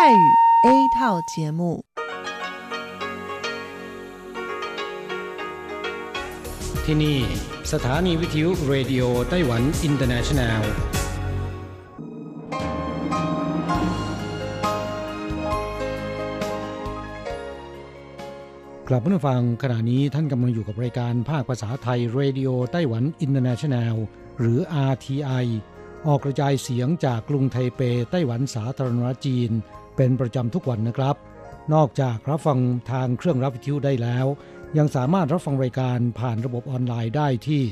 语 A 套节目ที่นี่สถานีวิทยุเรดิโอไต้หวันอินเตอร์เนชั่นแนลกลับมาฟังขณะนี้ท่านกำลังอยู่กับรายการภาคภาษาไทยเรดิโอไต้หวันอินเตอร์เนชั่นแนลหรือ RTI ออกกระจายเสียงจากกรุงไทเปไต้หวันสาธารณรัฐจีนเป็นประจำทุกวันนะครับนอกจากรับฟังทางเครื่องรับวิทยุได้แล้วยังสามารถรับฟังรายการผ่านระบบออนไลน์ได้ที่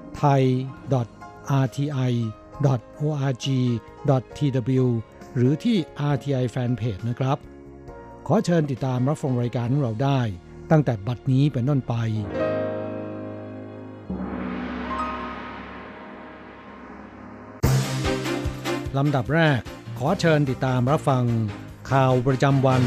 thai.rti.org.tw หรือที่ RTI Fanpage นะครับขอเชิญติดตามรับฟังรายการของเราได้ตั้งแต่บัดนี้เป็นต้นไปลำดับแรกขอเชิญติดตามรับฟังข่าวประจำวัน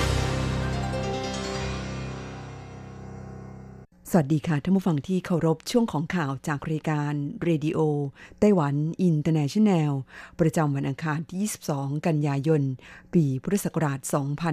สวัสดีค่ะท่านผู้ฟังที่เคารพช่วงของข่าวจากรายการเรดิโอไต้หวันอินเตอร์เนชั่นแนลประจำวันอังคารที่22กันยายนปีพุทธศักราช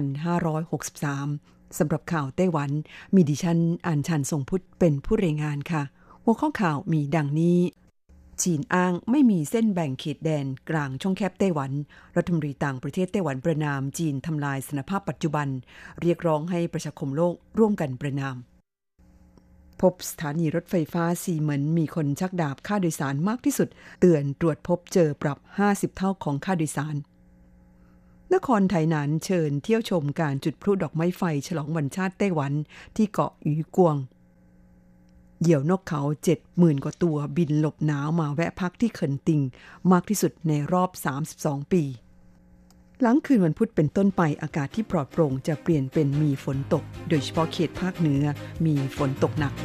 2563สำหรับข่าวไต้หวันมีดิฉันอัญชันทรงพุทธเป็นผู้รายงานค่ะหัวข้อข่าวมีดังนี้จีนอ้างไม่มีเส้นแบ่งเขตแดนกลางช่องแคบไต้หวันรัฐมนตรีต่างประเทศไต้หวันประณามจีนทำลายสนภาพปัจจุบันเรียกร้องให้ประชาคมโลกร่วมกันประณามพบสถานีรถไฟฟ้าซีเหมินมีคนชักดาบค่าโดยสารมากที่สุดเตือนตรวจพบเจอปรับ50เท่าของค่าโดยสารนครไถหนานเชิญเที่ยวชมการจุดพลุดอกไม้ไฟฉลองวันชาติไต้หวันที่เกาะอู่กวงเหยี่ยวนกเขา 70,000 กว่าตัวบินหลบหนาวมาแวะพักที่เขินติงมากที่สุดในรอบ32ปีหลังคืนวันพุธเป็นต้นไปอากาศที่ปลอดโปร่งจะเปลี่ยนเป็นมีฝนตกโดยเฉพาะเขตภาคเหนือมีฝนตกหนัก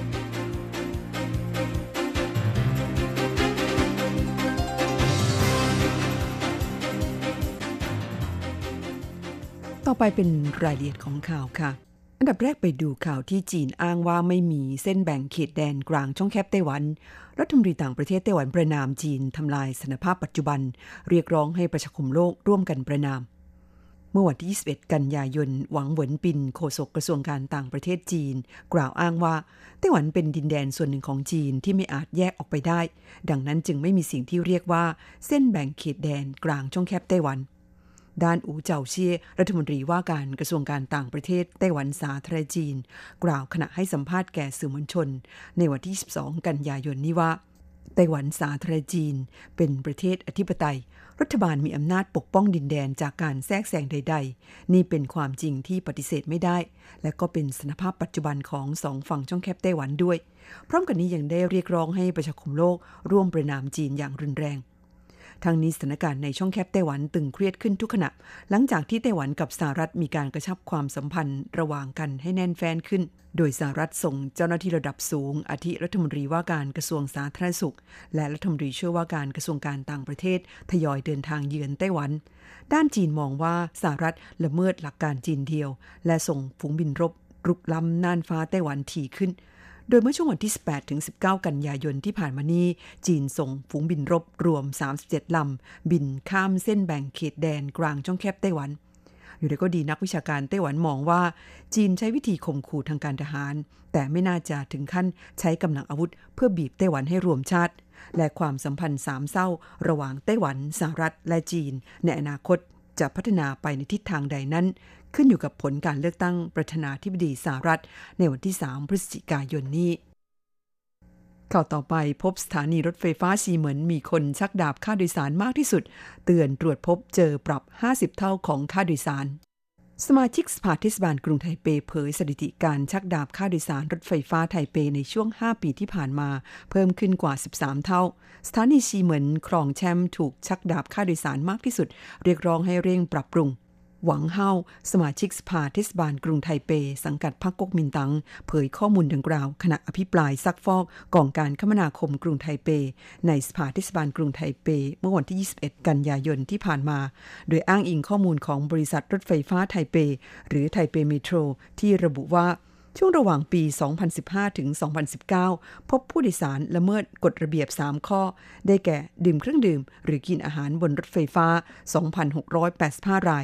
ต่อไปเป็นรายละเอียดของข่าวค่ะอันดับแรกไปดูข่าวที่จีนอ้างว่าไม่มีเส้นแบ่งเขตแดนกลางช่องแคบไต้หวันรัฐมนตรีต่างประเทศไต้หวันประณามจีนทำลายสนภาพปัจจุบันเรียกร้องให้ประชาคมโลกร่วมกันประณามเมื่อวันที่21กันยายนหวังเหวินปินโฆษกกระทรวงการต่างประเทศจีนกล่าวอ้างว่าไต้หวันเป็นดินแดนส่วนหนึ่งของจีนที่ไม่อาจแยกออกไปได้ดังนั้นจึงไม่มีสิ่งที่เรียกว่าเส้นแบ่งเขตแดนกลางช่องแคบไต้หวันด้านอู่เจ่าเชี่ยรัฐมนตรีว่าการกระทรวงการต่างประเทศไต้หวันสาธารณรัฐจีนกล่าวขณะให้สัมภาษณ์แก่สื่อมวลชนในวันที่12กันยายนนี้ว่าไต้หวันสาธารณรัฐจีนเป็นประเทศอธิปไตยรัฐบาลมีอำนาจปกป้องดินแดนจากการแทรกแซงใดๆนี่เป็นความจริงที่ปฏิเสธไม่ได้และก็เป็นสภาพปัจจุบันของสองฝั่งช่องแคบไต้หวันด้วยพร้อมกันนี้ยังได้เรียกร้องให้ประชาคมโลกร่วมประณามจีนอย่างรุนแรงทางนี้สถานการณ์ในช่องแคบไต้หวันตึงเครียดขึ้นทุกขณะหลังจากที่ไต้หวันกับสหรัฐมีการกระชับความสัมพันธ์ระหว่างกันให้แน่นแฟ้นขึ้นโดยสหรัฐส่งเจ้าหน้าที่ระดับสูงอาทิรัฐมนตรีว่าการกระทรวงสาธารณสุขและรัฐมนตรีช่วยว่าการกระทรวงการต่างประเทศทยอยเดินทางเยือนไต้หวันด้านจีนมองว่าสหรัฐละเมิดหลักการจีนเดียวและส่งฝูงบินรบรุกล้ำน่านฟ้าไต้หวันถี่ขึ้นโดยเมื่อช่วงวันที่18ถึง19กันยายนที่ผ่านมานี้จีนส่งฝูงบินรบรวม37ลำบินข้ามเส้นแบ่งเขตแดนกลางช่องแคบไต้หวันอยู่ในก็ดีนักวิชาการไต้หวันมองว่าจีนใช้วิธีข่มขู่ทางการทหารแต่ไม่น่าจะถึงขั้นใช้กำลังอาวุธเพื่อบีบไต้หวันให้รวมชาติและความสัมพันธ์สามเศร้าระหว่างไต้หวันสหรัฐและจีนในอนาคตจะพัฒนาไปในทิศทางใดนั้นขึ้นอยู่กับผลการเลือกตั้งประธานาธิบดีสหรัฐในวันที่3พฤศจิกายนนี้ข่าวต่อไปพบสถานีรถไฟฟ้าซีเหมินมีคนชักดาบค่าโดยสารมากที่สุดเตือนตรวจพบเจอปรับ50เท่าของค่าโดยสารสมาชิกสภาเทศบาลกรุงไทเปเผยสถิติการชักดาบค่าโดยสารรถไฟฟ้าไทเปในช่วง5ปีที่ผ่านมาเพิ่มขึ้นกว่า13เท่าสถานีซีเหมินครองแชมป์ถูกชักดาบค่าโดยสารมากที่สุดเรียกร้องให้เร่งปรับปรุงหวังเฮาสมาชิกสภาเทศบาลกรุงไทเปสังกัดพรรคก๊กมินตั๋งเผยข้อมูลดังกล่าวขณะอภิปรายซักฟอกกองการคมนาคมกรุงไทเปในสภาเทศบาลกรุงไทเปเมื่อวันที่21กันยายนที่ผ่านมาโดยอ้างอิงข้อมูลของบริษัทรถไฟฟ้าไทเปหรือไทเปเมโทรที่ระบุว่าช่วงระหว่างปี 2015 ถึง 2019 พบผู้โดยสารละเมิดกฎระเบียบ3ข้อได้แก่ดื่มเครื่องดื่มหรือกินอาหารบนรถไฟฟ้า 2,685 ราย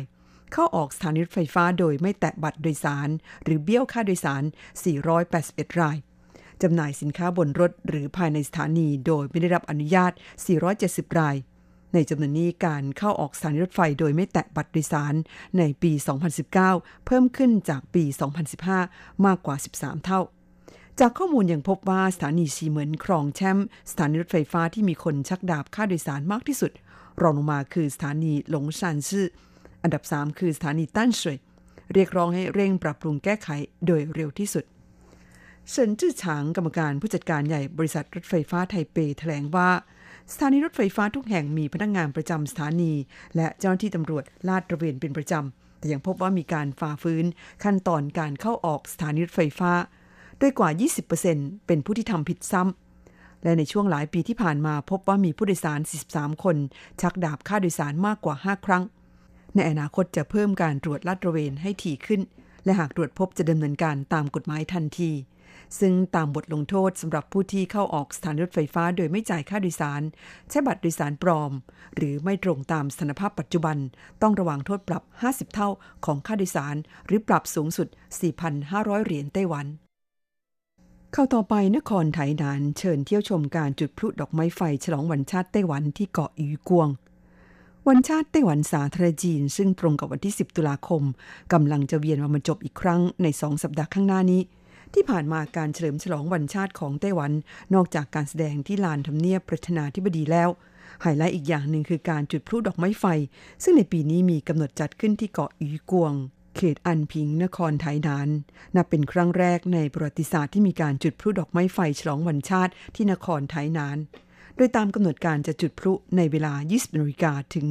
เข้าออกสถานีรถไฟฟ้าโดยไม่แตะบัตรโดยสารหรือเบี้ยวค่าโดยสาร481รายจำหน่ายสินค้าบนรถหรือภายในสถานีโดยไม่ได้รับอนุญาต470รายในจำนวนนี้การเข้าออกสถานีรถไฟโดยไม่แตะบัตรโดยสารในปี 2019 เพิ่มขึ้นจากปี 2015 มากกว่า13เท่าจากข้อมูลยังพบว่าสถานีซีเหมินครองแชมป์สถานีรถไฟฟ้าที่มีคนชักดาบค่าโดยสารมากที่สุดรองลงมาคือสถานีหลงซานซื่ออันดับ3คือสถานีตั้นเสวยเรียกร้องให้เร่งปรับปรุงแก้ไขโดยเร็วที่สุดเฉินจื้อฉางกรรมการผู้จัดการใหญ่บริษัทรถไฟฟ้าไทเปแถลงว่าสถานีรถไฟฟ้าทุกแห่งมีพนักงานประจำสถานีและเจ้าหน้าที่ตำรวจลาดตระเวนเป็นประจำแต่ยังพบว่ามีการฝ่าฝืนขั้นตอนการเข้าออกสถานีรถไฟฟ้าโดยกว่า 20% เป็นผู้ที่ทำผิดซ้ำและในช่วงหลายปีที่ผ่านมาพบว่ามีผู้โดยสาร43คนชักดาบค่าโดยสารมากกว่า5ครั้งในอนาคตจะเพิ่มการตรวจลาดตระเวนให้ถี่ขึ้นและหากตรวจพบจะดำเนินการตามกฎหมายทันทีซึ่งตามบทลงโทษสำหรับผู้ที่เข้าออกสถานีรถไฟฟ้าโดยไม่จ่ายค่าโดยสารใช้บัตรโดยสารปลอมหรือไม่ตรงตามสถานภาพปัจจุบันต้องระวังโทษปรับ50เท่าของค่าโดยสารหรือปรับสูงสุด 4,500 เหรียญไต้หวันเข้าต่อไปนครไถหนานเชิญเที่ยวชมการจุดพลุดอกไม้ไฟฉลองวันชาติไต้หวันที่เกาะอีกวงวันชาติไต้หวันสาธารณจีนซึ่งตรงกับวันที่10ตุลาคมกำลังจะเวียนมาบรรจบอีกครั้งใน2สัปดาห์ข้างหน้านี้ที่ผ่านมาการเฉลิมฉลองวันชาติของไต้หวันนอกจากการแสดงที่ลานทำเนียบประธานาธิบดีแล้วไฮไลท์อีกอย่างหนึ่งคือการจุดพลุดอกไม้ไฟซึ่งในปีนี้มีกำหนดจัดขึ้นที่เกาะอีกวงเขตอันพิงนครไถหนานนับเป็นครั้งแรกในประวัติศาสตร์ที่มีการจุดพลุดอกไม้ไฟฉลองวันชาติที่นครไถหนานโดยตามกำหนดการจะจุดพลุในเวลา 20:00 นถึง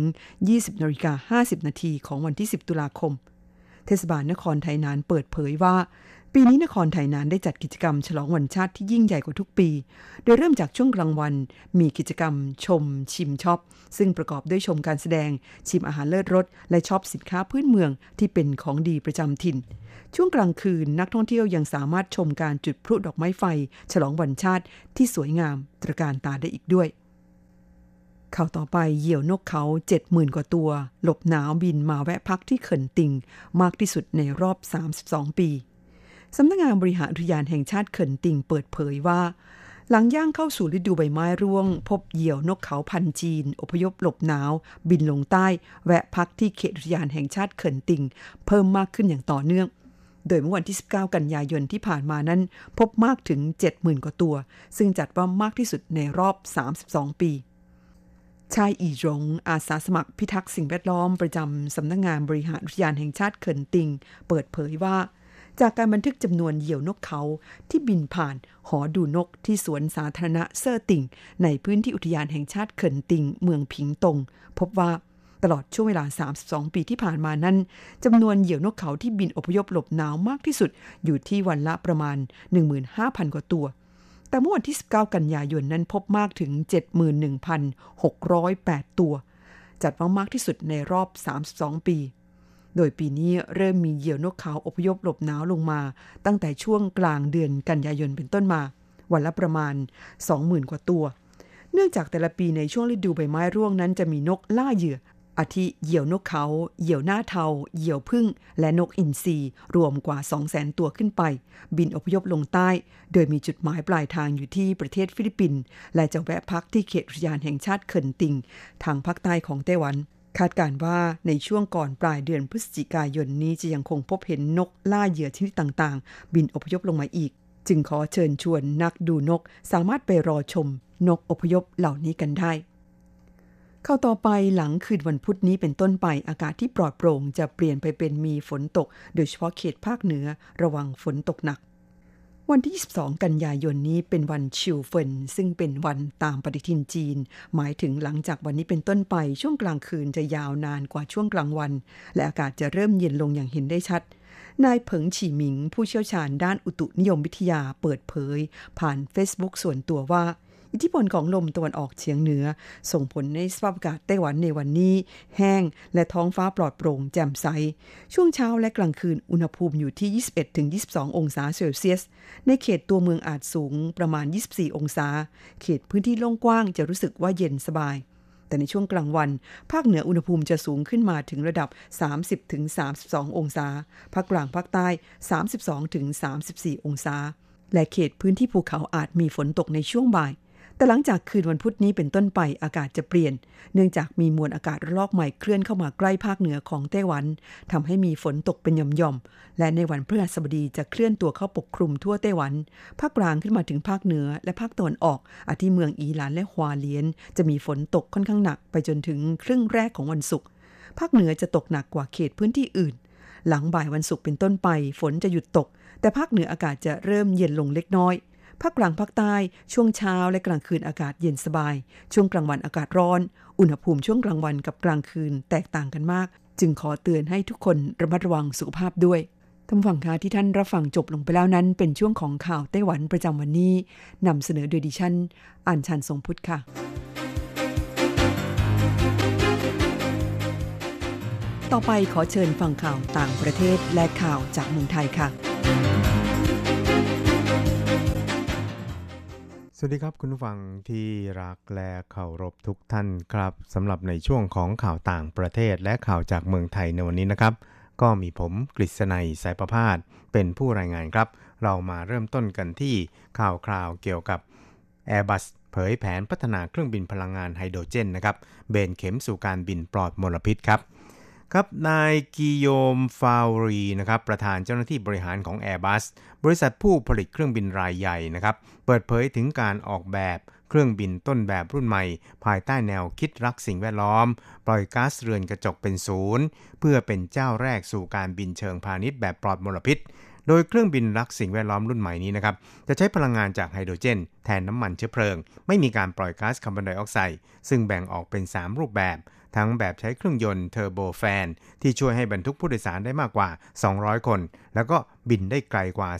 20:50 นของวันที่10ตุลาคมเทศบาลนครไถหนานเปิดเผยว่าปีนี้นครไถหนานได้จัดกิจกรรมฉลองวันชาติที่ยิ่งใหญ่กว่าทุกปีโดยเริ่มจากช่วงกลางวันมีกิจกรรมชมชิมช็อปซึ่งประกอบด้วยชมการแสดงชิมอาหารเลิศรสและช็อปสินค้าพื้นเมืองที่เป็นของดีประจำถิ่นช่วงกลางคืนนักท่องเที่ยวยังสามารถชมการจุดพลุดอกไม้ไฟฉลองวันชาติที่สวยงามตระการตาได้อีกด้วยข่าวต่อไปเหยี่ยวนกเขา 70,000 กว่าตัวหลบหนาวบินมาแวะพักที่เขินติงมากที่สุดในรอบ32ปีสำนักงานบริหารอุทยานแห่งชาติเขินติงเปิดเผยว่าหลังย่างเข้าสู่ฤดูใบไม้ร่วงพบเหยี่ยวนกเขาพันธุ์จีนอพยพหลบหนาวบินลงใต้แวะพักที่เขตอุทยานแห่งชาติเขินติงเพิ่มมากขึ้นอย่างต่อเนื่องโดยเมื่อวันที่19กันยายนที่ผ่านมานั้นพบมากถึง 70,000 กว่าตัวซึ่งจัดว่ามากที่สุดในรอบ32ปีชายอีหลงอาสาสมัครพิทักษ์สิ่งแวดล้อมประจำสำนักงานบริหารอุทยานแห่งชาติเขินติงเปิดเผยว่าจากการบันทึกจำนวนเหยี่ยวนกเขาที่บินผ่านหอดูนกที่สวนสาธารณะเซ่อติ่งในพื้นที่อุทยานแห่งชาติเขินติงเมืองผิงตงพบว่าตลอดช่วงเวลา32ปีที่ผ่านมานั้นจำนวนเหยี่ยวนกเขาที่บินอพยพหลบหนาวมากที่สุดอยู่ที่วันละประมาณ 15,000 กว่าตัวแต่เมื่อวันที่19กันยายนนั้นพบมากถึง 71,608 ตัวจัดว่ามากที่สุดในรอบ32ปีโดยปีนี้เริ่มมีเหยี่ยวนกเขาอพยพหลบหนาวลงมาตั้งแต่ช่วงกลางเดือนกันยายนเป็นต้นมาวันละประมาณ 20,000 กว่าตัวเนื่องจากแต่ละปีในช่วงฤดูใบไม้ร่วงนั้นจะมีนกล่าเหยื่ออาทิเหยี่ยวนกเขาเหยี่ยวหน้าเทาเหยี่ยวผึ้งและนกอินทรีรวมกว่า 200,000 ตัวขึ้นไปบินอพยพลงใต้โดยมีจุดหมายปลายทางอยู่ที่ประเทศฟิลิปปินส์และจะแวะพักที่เขตอุทยานแห่งชาติเขินติงทางภาคใต้ของไต้หวันคาดการณ์ว่าในช่วงก่อนปลายเดือนพฤศจิกายนนี้จะยังคงพบเห็นนกล่าเหยื่อชนิดต่างๆบินอพยพลงมาอีกจึงขอเชิญชวนนักดูนกสามารถไปรอชมนกอพยพเหล่านี้กันได้เข้าต่อไปหลังคืนวันพุธนี้เป็นต้นไปอากาศที่ปลอดโปร่งจะเปลี่ยนไปเป็นมีฝนตกโดยเฉพาะเขตภาคเหนือระวังฝนตกหนักวันที่22กันยายนนี้เป็นวันชิวเฟินซึ่งเป็นวันตามปฏิทินจีนหมายถึงหลังจากวันนี้เป็นต้นไปช่วงกลางคืนจะยาวนานกว่าช่วงกลางวันและอากาศจะเริ่มเย็นลงอย่างเห็นได้ชัดนายเผิงฉีหมิงผู้เชี่ยวชาญด้านอุตุนิยมวิทยาเปิดเผยผ่าน Facebook ส่วนตัวว่าอิทธิพลของลมตะวันออกเฉียงเหนือส่งผลในสภาพอากาศไต้หวันในวันนี้แห้งและท้องฟ้าปลอดโปร่งแจ่มใสช่วงเช้าและกลางคืนอุณหภูมิอยู่ที่ 21-22 องศาเซลเซียสในเขตตัวเมืองอาจสูงประมาณ24องศาเขตพื้นที่โล่งกว้างจะรู้สึกว่าเย็นสบายแต่ในช่วงกลางวันภาคเหนืออุณหภูมิจะสูงขึ้นมาถึงระดับ 30-32 องศาภาคกลางภาคใต้ 32-34 องศาและเขตพื้นที่ภูเขาอาจมีฝนตกในช่วงบ่ายแต่หลังจากคืนวันพุธนี้เป็นต้นไปอากาศจะเปลี่ยนเนื่องจากมีมวลอากาศระลอกใหม่เคลื่อนเข้ามาใกล้ภาคเหนือของไต้หวันทำให้มีฝนตกเป็นหย่อมๆและในวันพฤหัสบดีจะเคลื่อนตัวเข้าปกคลุมทั่วไต้หวันภาคกลางขึ้นมาถึงภาคเหนือและภาคตะวันออกอาทิเมืองอีหลานและฮวาเลียนจะมีฝนตกค่อนข้างหนักไปจนถึงครึ่งแรกของวันศุกร์ภาคเหนือจะตกหนักกว่าเขตพื้นที่อื่นหลังบ่ายวันศุกร์เป็นต้นไปฝนจะหยุดตกแต่ภาคเหนืออากาศจะเริ่มเย็นลงเล็กน้อยภาคกลางภาคใต้ช่วงเช้าและกลางคืนอากาศเย็นสบายช่วงกลางวันอากาศร้อนอุณหภูมิช่วงกลางวันกับกลางคืนแตกต่างกันมากจึงขอเตือนให้ทุกคนระมัดระวังสุขภาพด้วยท่านผู้ฟังคะที่ท่านรับฟังจบลงไปแล้วนั้นเป็นช่วงของข่าวไต้หวันประจำวันนี้นำเสนอโดยดิฉันอัญชันทรงพุทธค่ะต่อไปขอเชิญฟังข่าวต่างประเทศและข่าวจากเมืองไทยค่ะสวัสดีครับคุณผู้ฟังที่รักและเคารพทุกท่านครับสำหรับในช่วงของข่าวต่างประเทศและข่าวจากเมืองไทยในวันนี้นะครับก็มีผมกฤษณัยสายประภาสเป็นผู้รายงานครับเรามาเริ่มต้นกันที่ข่าวคราวเกี่ยวกับ Airbus เผยแผนพัฒนาเครื่องบินพลังงานไฮโดรเจนนะครับเบนเข็มสู่การบินปลอดมลพิษครับนายกิโยมฟาวรีนะครับประธานเจ้าหน้าที่บริหารของ Airbus บริษัทผู้ผลิตเครื่องบินรายใหญ่นะครับเปิดเผยถึงการออกแบบเครื่องบินต้นแบบรุ่นใหม่ภายใต้แนวคิดรักสิ่งแวดล้อมปล่อยก๊าซเรือนกระจกเป็นศูนย์เพื่อเป็นเจ้าแรกสู่การบินเชิงพาณิชย์แบบปลอดมลพิษโดยเครื่องบินรักสิ่งแวดล้อมรุ่นใหม่นี้นะครับจะใช้พลังงานจากไฮโดรเจนแทนน้ำมันเชื้อเพลิงไม่มีการปล่อยก๊าซคาร์บอนไดออกไซด์ซึ่งแบ่งออกเป็น3รูปแบบทั้งแบบใช้เครื่องยนต์เทอร์โบแฟนที่ช่วยให้บรรทุกผู้โดยสารได้มากกว่า200คนแล้วก็บินได้ไกลกว่า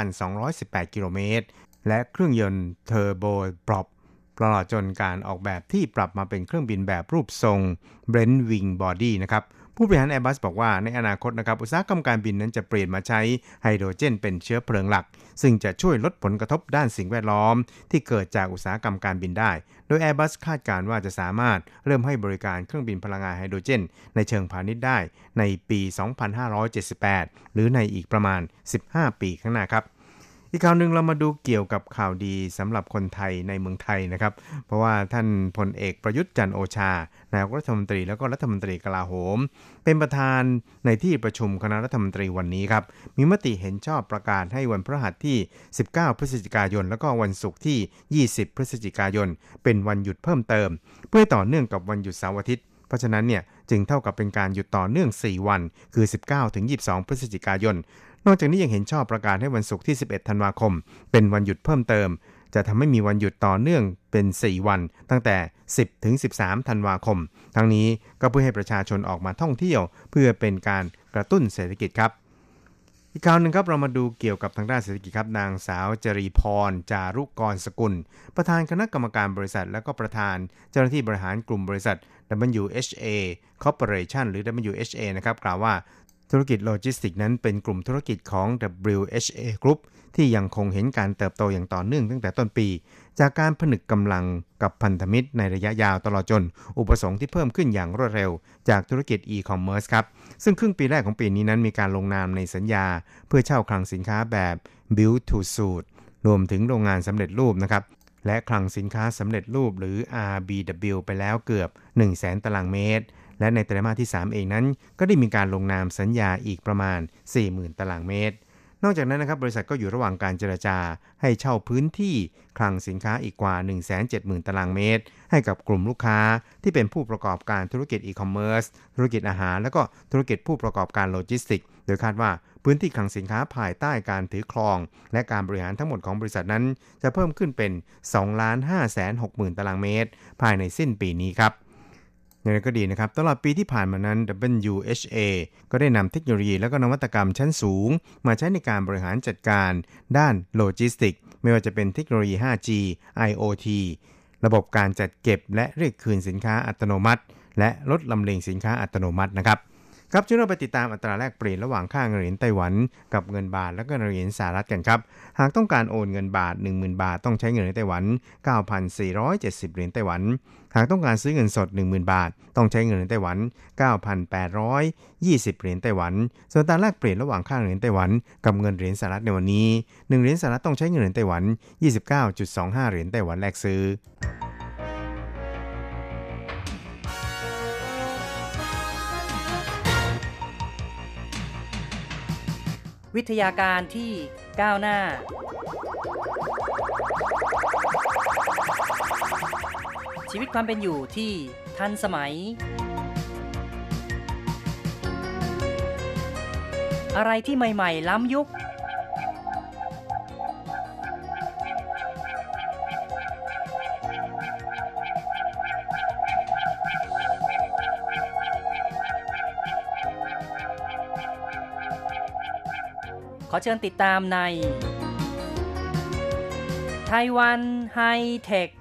3,218 กิโลเมตรและเครื่องยนต์เทอร์โบปรอปตลอดจนการออกแบบที่ปรับมาเป็นเครื่องบินแบบรูปทรง Blend Wing Body นะครับผู้บริหาร Airbus บอกว่าในอนาคตนะครับอุตสาหกรรมการบินนั้นจะเปลี่ยนมาใช้ไฮโดรเจนเป็นเชื้อเพลิงหลักซึ่งจะช่วยลดผลกระทบด้านสิ่งแวดล้อมที่เกิดจากอุตสาหกรรมการบินได้โดย Airbus คาดการณ์ว่าจะสามารถเริ่มให้บริการเครื่องบินพลังงานไฮโดรเจนในเชิงพาณิชย์ได้ในปี 2578 หรือในอีกประมาณ 15 ปีข้างหน้าครับอีกข่าวนึงเรามาดูเกี่ยวกับข่าวดีสำหรับคนไทยในเมืองไทยนะครับเพราะว่าท่านพลเอกประยุทธ์จันทร์โอชานายกรัฐมนตรีแล้วก็รัฐมนตรีกลาโหมเป็นประธานในที่ประชุมคณะรัฐมนตรีวันนี้ครับมีมติเห็นชอบประกาศให้วันพฤหัสที่19พฤศจิกายนแล้วก็วันศุกร์ที่20พฤศจิกายนเป็นวันหยุดเพิ่มเติมเพื่อต่อเนื่องกับวันหยุดเสาร์อาทิตย์เพราะฉะนั้นเนี่ยจึงเท่ากับเป็นการหยุดต่อเนื่อง4วันคือ 19-22 พฤศจิกายนนอกจากนี้ยังเห็นชอบประกาศให้วันศุกร์ที่11ธันวาคมเป็นวันหยุดเพิ่มเติมจะทำให้มีวันหยุดต่อเนื่องเป็น4วันตั้งแต่10 ถึง 13ธันวาคมทั้งนี้ก็เพื่อให้ประชาชนออกมาท่องเที่ยวเพื่อเป็นการกระตุ้นเศรษฐกิจครับอีกข่าวนึงครับเรามาดูเกี่ยวกับทางด้านเศรษฐกิจครับนางสาวจรีพรจารุกรสกุลประธานคณะกรรมการบริษัทและก็ประธานเจ้าหน้าที่บริหารกลุ่มบริษัท WHA Corporation หรือ WHA นะครับกล่าวว่าธุรกิจโลจิสติกส์นั้นเป็นกลุ่มธุรกิจของ WHA Group ที่ยังคงเห็นการเติบโตอย่างต่อเนื่องตั้งแต่ต้นปีจากการผนึกกำลังกับพันธมิตรในระยะยาวตลอดจนอุปสงค์ที่เพิ่มขึ้นอย่างรวดเร็วจากธุรกิจ e-commerce ครับซึ่งครึ่งปีแรกของปีนี้นั้นมีการลงนามในสัญญาเพื่อเช่าคลังสินค้าแบบ Build to Suit รวมถึงโรงงานสำเร็จรูปนะครับและคลังสินค้าสำเร็จรูปหรือ RBW ไปแล้วเกือบ 100,000 ตารางเมตรและในไตรมาสที่3เองนั้นก็ได้มีการลงนามสัญญาอีกประมาณ 40,000 ตารางเมตรนอกจากนั้นนะครับบริษัทก็อยู่ระหว่างการเจรจาให้เช่าพื้นที่คลังสินค้าอีกกว่า 170,000 ตารางเมตรให้กับกลุ่มลูกค้าที่เป็นผู้ประกอบการธุรกิจอีคอมเมิร์ซธุรกิจอาหารและก็ธุรกิจผู้ประกอบการโลจิสติกส์โดยคาดว่าพื้นที่คลังสินค้าภายใต้การถือครองและการบริหารทั้งหมดของบริษัทนั้นจะเพิ่มขึ้นเป็น 2,560,000 ตารางเมตรภายในสิ้นปีนี้ครับอย่างไรก็ดีนะครับตลอดปีที่ผ่านมานั้น WHA ก็ได้นำเทคโนโลยีและก็นวัตกรรมชั้นสูงมาใช้ในการบริหารจัดการด้านโลจิสติกส์ไม่ว่าจะเป็นเทคโนโลยี 5G IoT ระบบการจัดเก็บและเรียกคืนสินค้าอัตโนมัติและลดลำเลียงสินค้าอัตโนมัตินะครับครับช่วยเราไปติดตามอัตราแลกเปลี่ยนระหว่างค่าเงินเหรียญไต้หวันกับเงินบาทและก็เหรียญสหรัฐกันครับหากต้องการโอนเงินบาท 10,000 บาทต้องใช้เงินในไต้หวัน 9,470 เหรียญไต้หวันหากต้องการซื้อเงินสด 10,000 บาทต้องใช้เงินในไต้หวัน 9,820 เหรียญไต้หวันส่วนอัตราแลกเปลี่ยนระหว่างค่าเหรียญไต้หวันกับเงินเหรียญสหรัฐในวันนี้1เหรียญสหรัฐต้องใช้เงินเหรียญไต้หวัน 29.25 เหรียญไต้หวันแลกซื้อวิทยาการที่ก้าวหน้าชีวิตความเป็นอยู่ที่ทันสมัยอะไรที่ใหม่ๆล้ำยุคขอเชิญติดตามในไต้หวันไฮเทค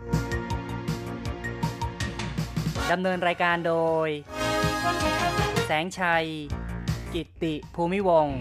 ดำเนินรายการโดยแสงชัยกิตติภูมิวงศ์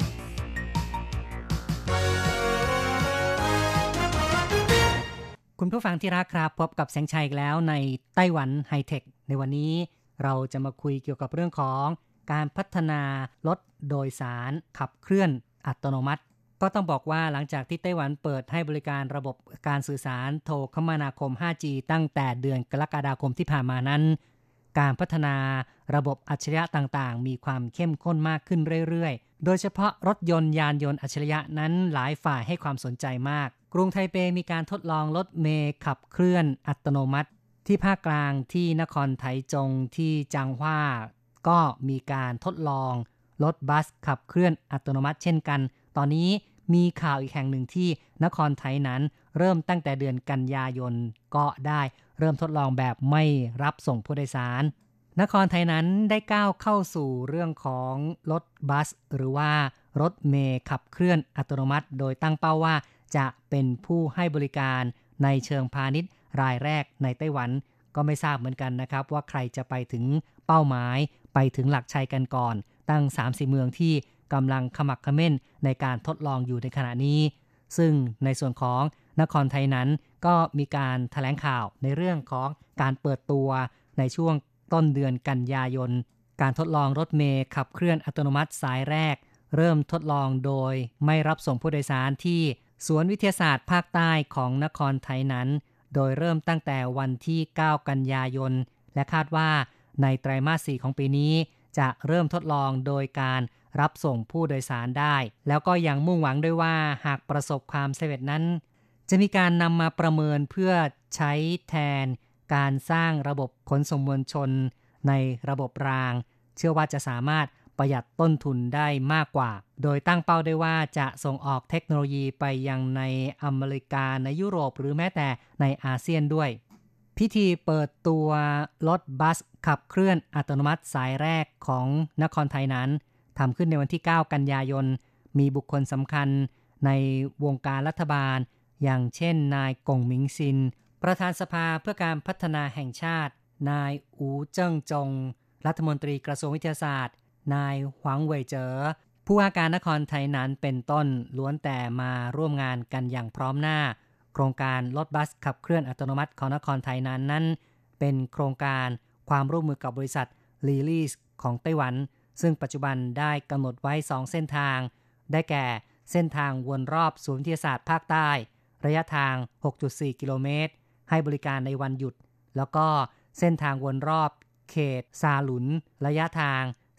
คุณผู้ฟังที่รักครับพบกับแสงชัยอีกแล้วในไต้หวันไฮเทคในวันนี้เราจะมาคุยเกี่ยวกับเรื่องของการพัฒนารถโดยสารขับเคลื่อนอัตโนมัติก็ต้องบอกว่าหลังจากที่ไต้หวันเปิดให้บริการระบบการสื่อสารโทรคมนาคม 5G ตั้งแต่เดือนกรกฎาคมที่ผ่านมานั้นการพัฒนาระบบอัจฉริยะต่างๆมีความเข้มข้นมากขึ้นเรื่อยๆโดยเฉพาะรถยนต์ยานยนต์อัจฉริยะนั้นหลายฝ่ายให้ความสนใจมากกรุงไทเปมีการทดลองรถเมล์ขับเคลื่อนอัตโนมัติที่ภาคกลางที่นครไถจงที่จางฮวาก็มีการทดลองรถบัสขับเคลื่อนอัตโนมัติเช่นกันตอนนี้มีข่าวอีกแห่งหนึ่งที่นครไถนั้นเริ่มตั้งแต่เดือนกันยายนก็ได้เริ่มทดลองแบบไม่รับส่งผู้โดยสารนครไถนั้นได้ก้าวเข้าสู่เรื่องของรถบัสหรือว่ารถเมล์ขับเคลื่อนอัตโนมัติโดยตั้งเป้าว่าจะเป็นผู้ให้บริการในเชิงพาณิชย์รายแรกในไต้หวันก็ไม่ทราบเหมือนกันนะครับว่าใครจะไปถึงเป้าหมายไปถึงหลักชัยกันก่อนตั้ง 30 เมืองที่กำลังขมักเขม้นในการทดลองอยู่ในขณะนี้ซึ่งในส่วนของนครไทยนั้นก็มีการแถลงข่าวในเรื่องของการเปิดตัวในช่วงต้นเดือนกันยายนการทดลองรถเมล์ขับเคลื่อนอัตโนมัติสายแรกเริ่มทดลองโดยไม่รับส่งผู้โดยสารที่สวนวิทยาศาสตร์ภาคใต้ของนครไทยนั้นโดยเริ่มตั้งแต่วันที่ 9 กันยายนและคาดว่าในไตรมาส 4 ของปีนี้จะเริ่มทดลองโดยการรับส่งผู้โดยสารได้แล้วก็ยังมุ่งหวังด้วยว่าหากประสบความสำเร็จนั้นจะมีการนำมาประเมินเพื่อใช้แทนการสร้างระบบขนส่งมวลชนในระบบรางเชื่อว่าจะสามารถประหยัดต้นทุนได้มากกว่าโดยตั้งเป้าได้ว่าจะส่งออกเทคโนโลยีไปยังในอเมริกาในยุโรปหรือแม้แต่ในอาเซียนด้วยพิธีเปิดตัวรถบัสขับเคลื่อนอัตโนมัติสายแรกของนครไทยนั้นทำขึ้นในวันที่ 9 กันยายนมีบุคคลสำคัญในวงการรัฐบาลอย่างเช่นนายกงหมิงซินประธานสภาเพื่อการพัฒนาแห่งชาตินายอูเจิ้งจงรัฐมนตรีกระทรวงวิทยาศาสตร์นายหวังเว่ยเจ๋อผู้ว่าการนครไทยนั้นเป็นต้นล้วนแต่มาร่วมงานกันอย่างพร้อมหน้าโครงการรถบัสขับเคลื่อนอัตโนมัติของนครไทยนั้นเป็นโครงการความร่วมมือกับบริษัทลีลีสของไต้หวันซึ่งปัจจุบันได้กำหนดไว้2เส้นทางได้แก่เส้นทางวนรอบศูนย์วิทยาศาสตร์ภาคใต้ระยะทาง 6.4 กิโลเมตรให้บริการในวันหยุดแล้วก็เส้นทางวนรอบเขตซาหลุนระยะทาง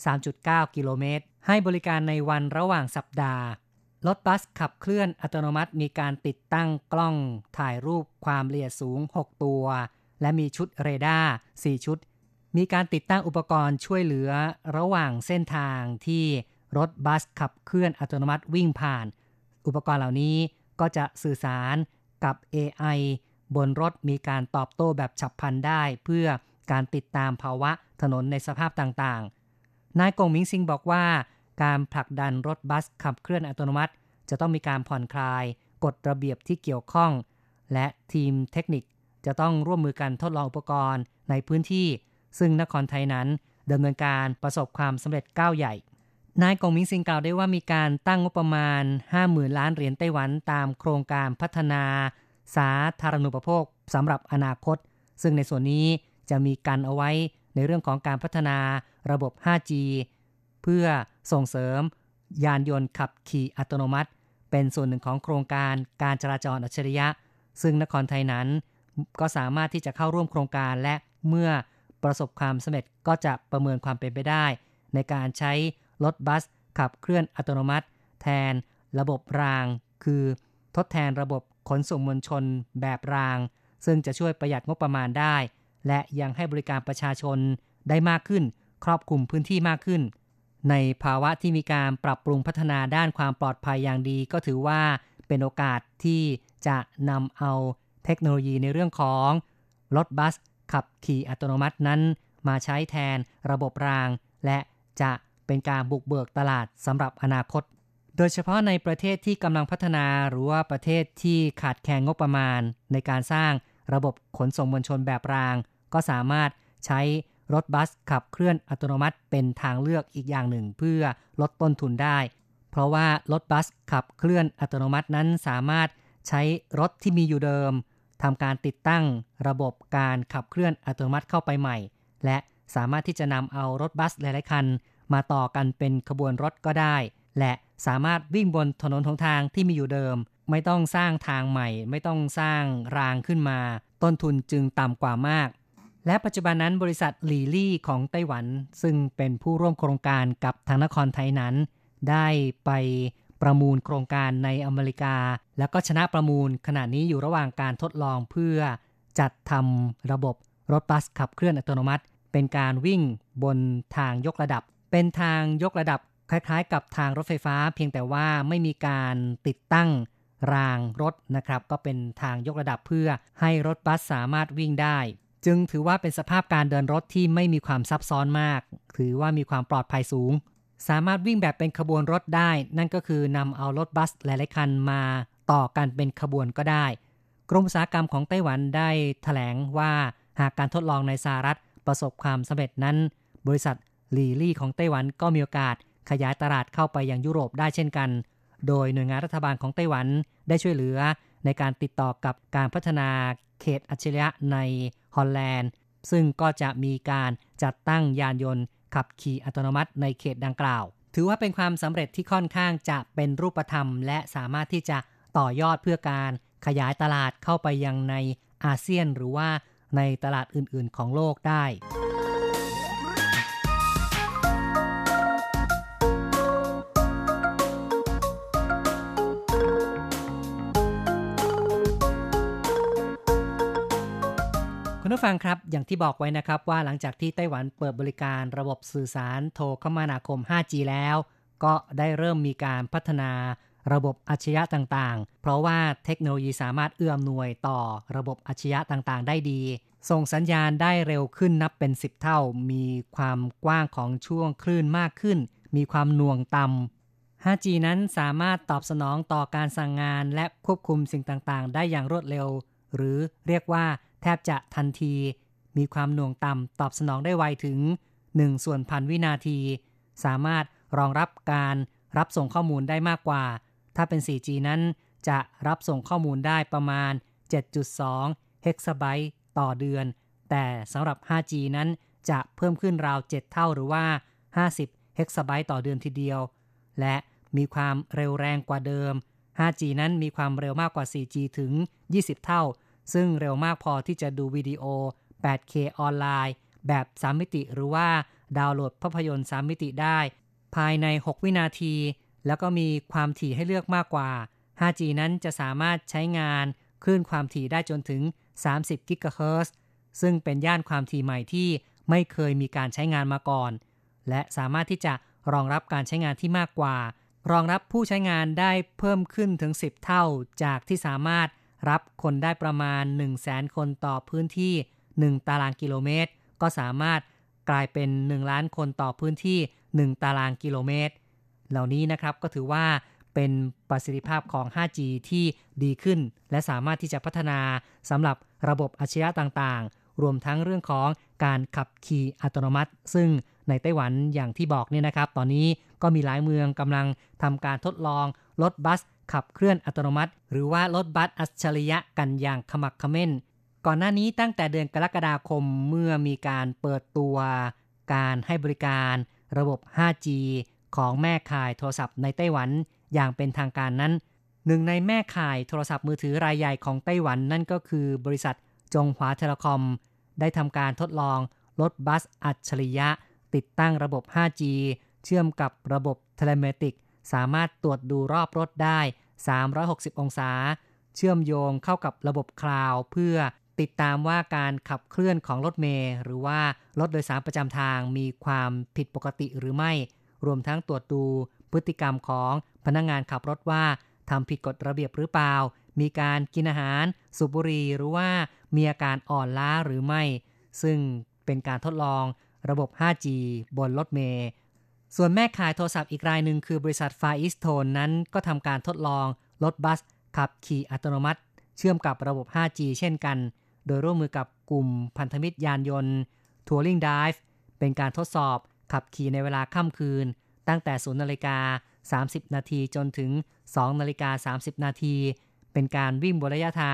3.9 กิโลเมตรให้บริการในวันระหว่างสัปดาห์รถบัสขับเคลื่อนอัตโนมัติมีการติดตั้งกล้องถ่ายรูปความละเอียดสูง6ตัวและมีชุดเรดาร์4ชุดมีการติดตั้งอุปกรณ์ช่วยเหลือระหว่างเส้นทางที่รถบัสขับเคลื่อนอัตโนมัติวิ่งผ่านอุปกรณ์เหล่านี้ก็จะสื่อสารกับ AI บนรถมีการตอบโต้แบบฉับพลันได้เพื่อการติดตามภาวะถนนในสภาพต่างๆนายกงหมิงซิงบอกว่าการผลักดันรถบัสขับเคลื่อนอัตโนมัติจะต้องมีการผ่อนคลายกฎระเบียบที่เกี่ยวข้องและทีมเทคนิคจะต้องร่วมมือกันทดลองอุปกรณ์ในพื้นที่ซึ่งนครไทยนั้นดำเนินการประสบความสำเร็จก้าวใหญ่นายกงมิงซิงกล่าวได้ว่ามีการตั้งงบประมาณ 50,000 ล้านเหรียญไต้หวันตามโครงการพัฒนาสาธารณูปโภคสำหรับอนาคตซึ่งในส่วนนี้จะมีกันเอาไว้ในเรื่องของการพัฒนาระบบ 5G เพื่อส่งเสริมยานยนต์ขับขี่อัตโนมัติเป็นส่วนหนึ่งของโครงการการจราจรอัจฉริยะซึ่งนครไทยนั้นก็สามารถที่จะเข้าร่วมโครงการและเมื่อประสบความสำเร็จก็จะประเมินความเป็นไปได้ในการใช้รถบัสขับเคลื่อนอัตโนมัติแทนระบบรางคือทดแทนระบบขนส่งมวลชนแบบรางซึ่งจะช่วยประหยัดงบประมาณได้และยังให้บริการประชาชนได้มากขึ้นครอบคลุมพื้นที่มากขึ้นในภาวะที่มีการปรับปรุงพัฒนาด้านความปลอดภัยอย่างดีก็ถือว่าเป็นโอกาสที่จะนำเอาเทคโนโลยีในเรื่องของรถบัสขับขี่อัตโนมัตินั้นมาใช้แทนระบบรางและจะเป็นการบุกเบิกตลาดสำหรับอนาคตโดยเฉพาะในประเทศที่กำลังพัฒนาหรือว่าประเทศที่ขาดแคลนงบประมาณในการสร้างระบบขนส่งมวลชนแบบรางก็สามารถใช้รถบัสขับเคลื่อนอัตโนมัติเป็นทางเลือกอีกอย่างหนึ่งเพื่อลดต้นทุนได้เพราะว่ารถบัสขับเคลื่อนอัตโนมัตินั้นสามารถใช้รถที่มีอยู่เดิมทำการติดตั้งระบบการขับเคลื่อนอัตโนมัติเข้าไปใหม่และสามารถที่จะนำเอารถบัสหลายๆคันมาต่อกันเป็นขบวนรถก็ได้และสามารถวิ่งบนถนนหนทางที่มีอยู่เดิมไม่ต้องสร้างทางใหม่ไม่ต้องสร้างรางขึ้นมาต้นทุนจึงต่ำกว่ามากและปัจจุบันนั้นบริษัทหลีลี่ของไต้หวันซึ่งเป็นผู้ร่วมโครงการกับทางนครไทยนั้นได้ไปประมูลโครงการในอเมริกาแล้วก็ชนะประมูลขณะนี้อยู่ระหว่างการทดลองเพื่อจัดทำระบบรถบัสขับเคลื่อนอัตโนมัติเป็นการวิ่งบนทางยกระดับเป็นทางยกระดับคล้ายๆกับทางรถไฟฟ้าเพียงแต่ว่าไม่มีการติดตั้งรางรถนะครับก็เป็นทางยกระดับเพื่อให้รถบัสสามารถวิ่งได้จึงถือว่าเป็นสภาพการเดินรถที่ไม่มีความซับซ้อนมากถือว่ามีความปลอดภัยสูงสามารถวิ่งแบบเป็นขบวนรถได้นั่นก็คือนำเอารถบัสหลายๆคันมาต่อกันเป็นขบวนก็ได้กรมอุตสาหกรรมของไต้หวันได้แถลงว่าหากการทดลองในสหรัฐประสบความสำเร็จนั้นบริษัทหลีลี่ของไต้หวันก็มีโอกาสขยายตลาดเข้าไปยังยุโรปได้เช่นกันโดยหน่วยงานรัฐบาลของไต้หวันได้ช่วยเหลือในการติดต่อกับการพัฒนาเขตอัจฉริยะในฮอลแลนด์ซึ่งก็จะมีการจัดตั้งยานยนต์ขับขี่อัตโนมัติในเขตดังกล่าวถือว่าเป็นความสำเร็จที่ค่อนข้างจะเป็นรูปธรรมและสามารถที่จะต่อยอดเพื่อการขยายตลาดเข้าไปยังในอาเซียนหรือว่าในตลาดอื่นๆของโลกได้คุณผู้ฟังครับอย่างที่บอกไว้นะครับว่าหลังจากที่ไต้หวันเปิดบริการระบบสื่อสารโทรคมนาคม 5G แล้วก็ได้เริ่มมีการพัฒนาระบบอัจฉริยะต่างๆเพราะว่าเทคโนโลยีสามารถเอื้ออำนวยต่อระบบอัจฉริยะต่างๆได้ดีส่งสัญญาณได้เร็วขึ้นนับเป็น10เท่ามีความกว้างของช่วงคลื่นมากขึ้นมีความหน่วงต่ำ 5G นั้นสามารถตอบสนองต่อการสั่งงานและควบคุมสิ่งต่างๆได้อย่างรวดเร็วหรือเรียกว่าแทบจะทันทีมีความหน่วงต่ำตอบสนองได้ไวถึง1/1000 วินาทีสามารถรองรับการรับส่งข้อมูลได้มากกว่าถ้าเป็น 4G นั้นจะรับส่งข้อมูลได้ประมาณ 7.2 เฮกซาไบต์ต่อเดือนแต่สำหรับ 5G นั้นจะเพิ่มขึ้นราว7เท่าหรือว่า50เฮกซาไบต์ต่อเดือนทีเดียวและมีความเร็วแรงกว่าเดิม 5G นั้นมีความเร็วมากกว่า 4G ถึง20เท่าซึ่งเร็วมากพอที่จะดูวิดีโอ 8K ออนไลน์แบบ3มิติหรือว่าดาวน์โหลดภาพยนตร์3มิติได้ภายใน6วินาทีแล้วก็มีความถี่ให้เลือกมากกว่า 5G นั้นจะสามารถใช้งานคลื่นความถี่ได้จนถึง30กิกะเฮิรตซ์ซึ่งเป็นย่านความถี่ใหม่ที่ไม่เคยมีการใช้งานมาก่อนและสามารถที่จะรองรับการใช้งานที่มากกว่ารองรับผู้ใช้งานได้เพิ่มขึ้นถึง10เท่าจากที่สามารถรับคนได้ประมาณ 100,000 คนต่อพื้นที่1ตารางกิโลเมตรก็สามารถกลายเป็น1ล้านคนต่อพื้นที่1ตารางกิโลเมตรเหล่านี้นะครับก็ถือว่าเป็นประสิทธิภาพของ 5G ที่ดีขึ้นและสามารถที่จะพัฒนาสำหรับระบบอัจฉริยะต่างๆรวมทั้งเรื่องของการขับขี่อัตโนมัติซึ่งในไต้หวันอย่างที่บอกเนี่ยนะครับตอนนี้ก็มีหลายเมืองกำลังทำการทดลองรถบัสขับเคลื่อนอัตโนมัติหรือว่ารถบัสอัจฉริยะกันอย่างขมักเขม้นก่อนหน้านี้ตั้งแต่เดือนกรกฎาคมเมื่อมีการเปิดตัวการให้บริการระบบ 5G ของแม่ข่ายโทรศัพท์ในไต้หวันอย่างเป็นทางการนั้นหนึ่งในแม่ข่ายโทรศัพท์มือถือรายใหญ่ของไต้หวันนั่นก็คือบริษัทจงหวาเทเลคอมได้ทำการทดลองรถบัสอัจฉริยะติดตั้งระบบ 5G เชื่อมกับระบบเทเลเมติกสามารถตรวจดูรอบรถได้360องศาเชื่อมโยงเข้ากับระบบคลาวด์เพื่อติดตามว่าการขับเคลื่อนของรถเมล์หรือว่ารถโดยสารประจำทางมีความผิดปกติหรือไม่รวมทั้งตรวจดูพฤติกรรมของพนักงานขับรถว่าทำผิดกฎระเบียบหรือเปล่ามีการกินอาหารสูบบุหรี่หรือว่ามีอาการอ่อนล้าหรือไม่ซึ่งเป็นการทดลองระบบ 5G บนรถเมล์ส่วนแม่ขายโทรศัพท์อีกรายหนึ่งคือบริษัท Far East Tone นั้นก็ทำการทดลองรถบัสขับขี่อัตโนมัติเชื่อมกับระบบ 5G เช่นกันโดยร่วมมือกับกลุ่มพันธมิตรยานยนต์ Touring Dive เป็นการทดสอบขับขี่ในเวลาค่ำคืนตั้งแต่ 0:30 นาทีจนถึง 2:30 นาทีเป็นการวิ่งบนระยะทาง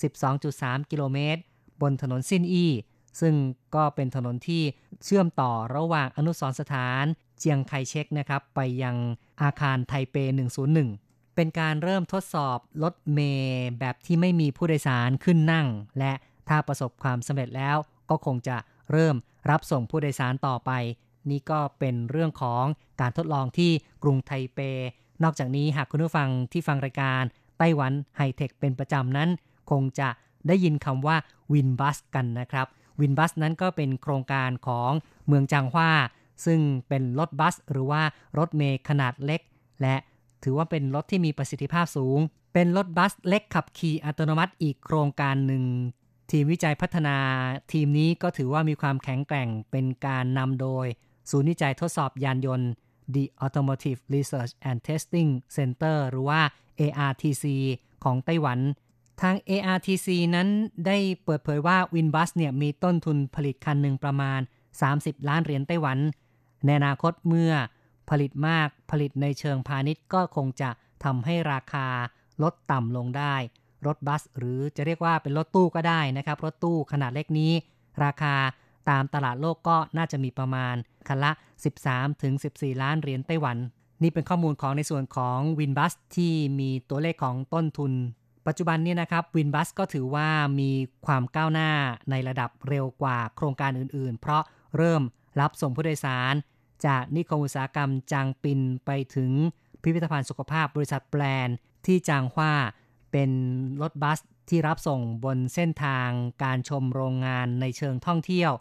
12.3 กิโลเมตรบนถนนซินอี้ซึ่งก็เป็นถนนที่เชื่อมต่อระหว่างอนุสรณ์สถานเจียงไคเชกนะครับไปยังอาคารไทเป 101 เป็นการเริ่มทดสอบรถเมล์แบบที่ไม่มีผู้โดยสารขึ้นนั่งและถ้าประสบความสำเร็จแล้วก็คงจะเริ่มรับส่งผู้โดยสารต่อไปนี่ก็เป็นเรื่องของการทดลองที่กรุงไทเปนอกจากนี้หากคุณผู้ฟังที่ฟังรายการไต้หวันไฮเทคเป็นประจำนั้นคงจะได้ยินคำว่าวินบัสกันนะครับวินบัสนั้นก็เป็นโครงการของเมืองจางฮวาซึ่งเป็นรถบัสหรือว่ารถเมล์ขนาดเล็กและถือว่าเป็นรถที่มีประสิทธิภาพสูงเป็นรถบัสเล็กขับขี่อัตโนมัติอีกโครงการหนึ่งทีมวิจัยพัฒนาทีมนี้ก็ถือว่ามีความแข็งแกร่งเป็นการนำโดยศูนย์วิจัยทดสอบยานยนต์ The Automotive Research and Testing Center หรือว่า ARTC ของไต้หวันทาง ARTC นั้นได้เปิดเผยว่าวินบัสเนี่ยมีต้นทุนผลิตคันหนึ่งประมาณ30ล้านเหรียญไต้หวันในอนาคตเมื่อผลิตมากผลิตในเชิงพาณิชย์ก็คงจะทำให้ราคาลดต่ำลงได้รถบัสหรือจะเรียกว่าเป็นรถตู้ก็ได้นะครับรถตู้ขนาดเล็กนี้ราคาตามตลาดโลกก็น่าจะมีประมาณคันละ 13-14 ล้านเหรียญไต้หวันนี่เป็นข้อมูลของในส่วนของวินบัสที่มีตัวเลขของต้นทุนปัจจุบันนี้นะครับวินบัสก็ถือว่ามีความก้าวหน้าในระดับเร็วกว่าโครงการอื่นๆเพราะเริ่มรับส่งผู้โดยสารจากนิคมอุตสาหกรรมจางปินไปถึงพิพิธภัณฑ์สุขภาพบริษัทแปลนที่จางฮวาเป็นรถบัสที่รับส่งบนเส้นทางการชมโรงงานในเชิงท่องเที่ยว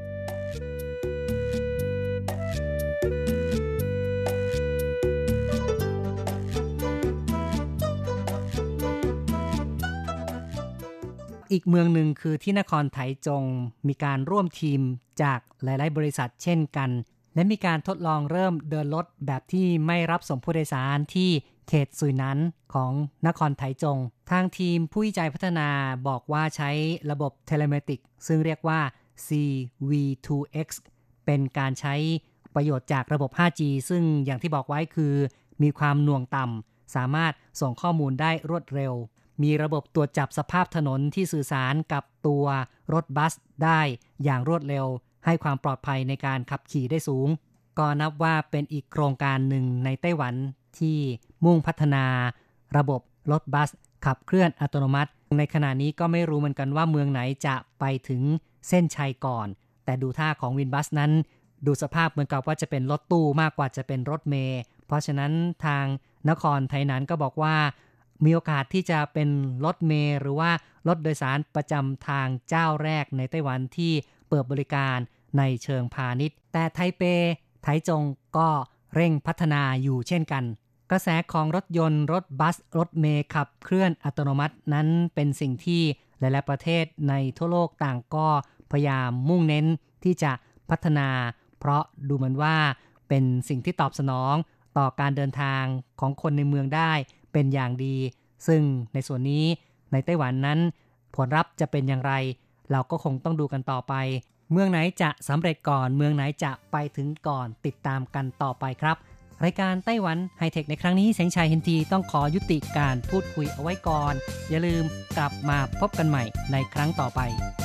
อีกเมืองหนึ่งคือที่นครไถจงมีการร่วมทีมจากหลายๆบริษัทเช่นกันและมีการทดลองเริ่มเดินรถแบบที่ไม่รับส่งผู้โดยสารที่เขตซุยนั้นของนครไถจงทางทีมผู้วิจัยพัฒนาบอกว่าใช้ระบบเทเลเมติกซึ่งเรียกว่า CV2X เป็นการใช้ประโยชน์จากระบบ 5G ซึ่งอย่างที่บอกไว้คือมีความหน่วงต่ำสามารถส่งข้อมูลได้รวดเร็วมีระบบตรวจจับสภาพถนนที่สื่อสารกับตัวรถบัสได้อย่างรวดเร็วให้ความปลอดภัยในการขับขี่ได้สูงก็นับว่าเป็นอีกโครงการหนึ่งในไต้หวันที่มุ่งพัฒนาระบบรถบัสขับเคลื่อนอัตโนมัติในขณะนี้ก็ไม่รู้เหมือนกันว่าเมืองไหนจะไปถึงเส้นชัยก่อนแต่ดูท่าของวินบัสนั้นดูสภาพเหมือนกับว่าจะเป็นรถตู้มากกว่าจะเป็นรถเมล์เพราะฉะนั้นทางนครไทนั้นก็บอกว่ามีโอกาสที่จะเป็นรถเมล์หรือว่ารถโดยสารประจำทางเจ้าแรกในไต้หวันที่เปิดบริการในเชิงพาณิชย์แต่ไทเปไถจงก็เร่งพัฒนาอยู่เช่นกันกระแสของรถยนต์รถบัสรถเมล์ขับเคลื่อนอัตโนมัตินั้นเป็นสิ่งที่หลายๆประเทศในทั่วโลกต่างก็พยายามมุ่งเน้นที่จะพัฒนาเพราะดูเหมือนว่าเป็นสิ่งที่ตอบสนองต่อการเดินทางของคนในเมืองได้เป็นอย่างดีซึ่งในส่วนนี้ในไต้หวันนั้นผลลัพธ์จะเป็นอย่างไรเราก็คงต้องดูกันต่อไปเมืองไหนจะสำเร็จก่อนเมืองไหนจะไปถึงก่อนติดตามกันต่อไปครับรายการไต้หวันไฮเทคในครั้งนี้แสงชัยเฮนทีต้องขอยุติการพูดคุยเอาไว้ก่อนอย่าลืมกลับมาพบกันใหม่ในครั้งต่อไป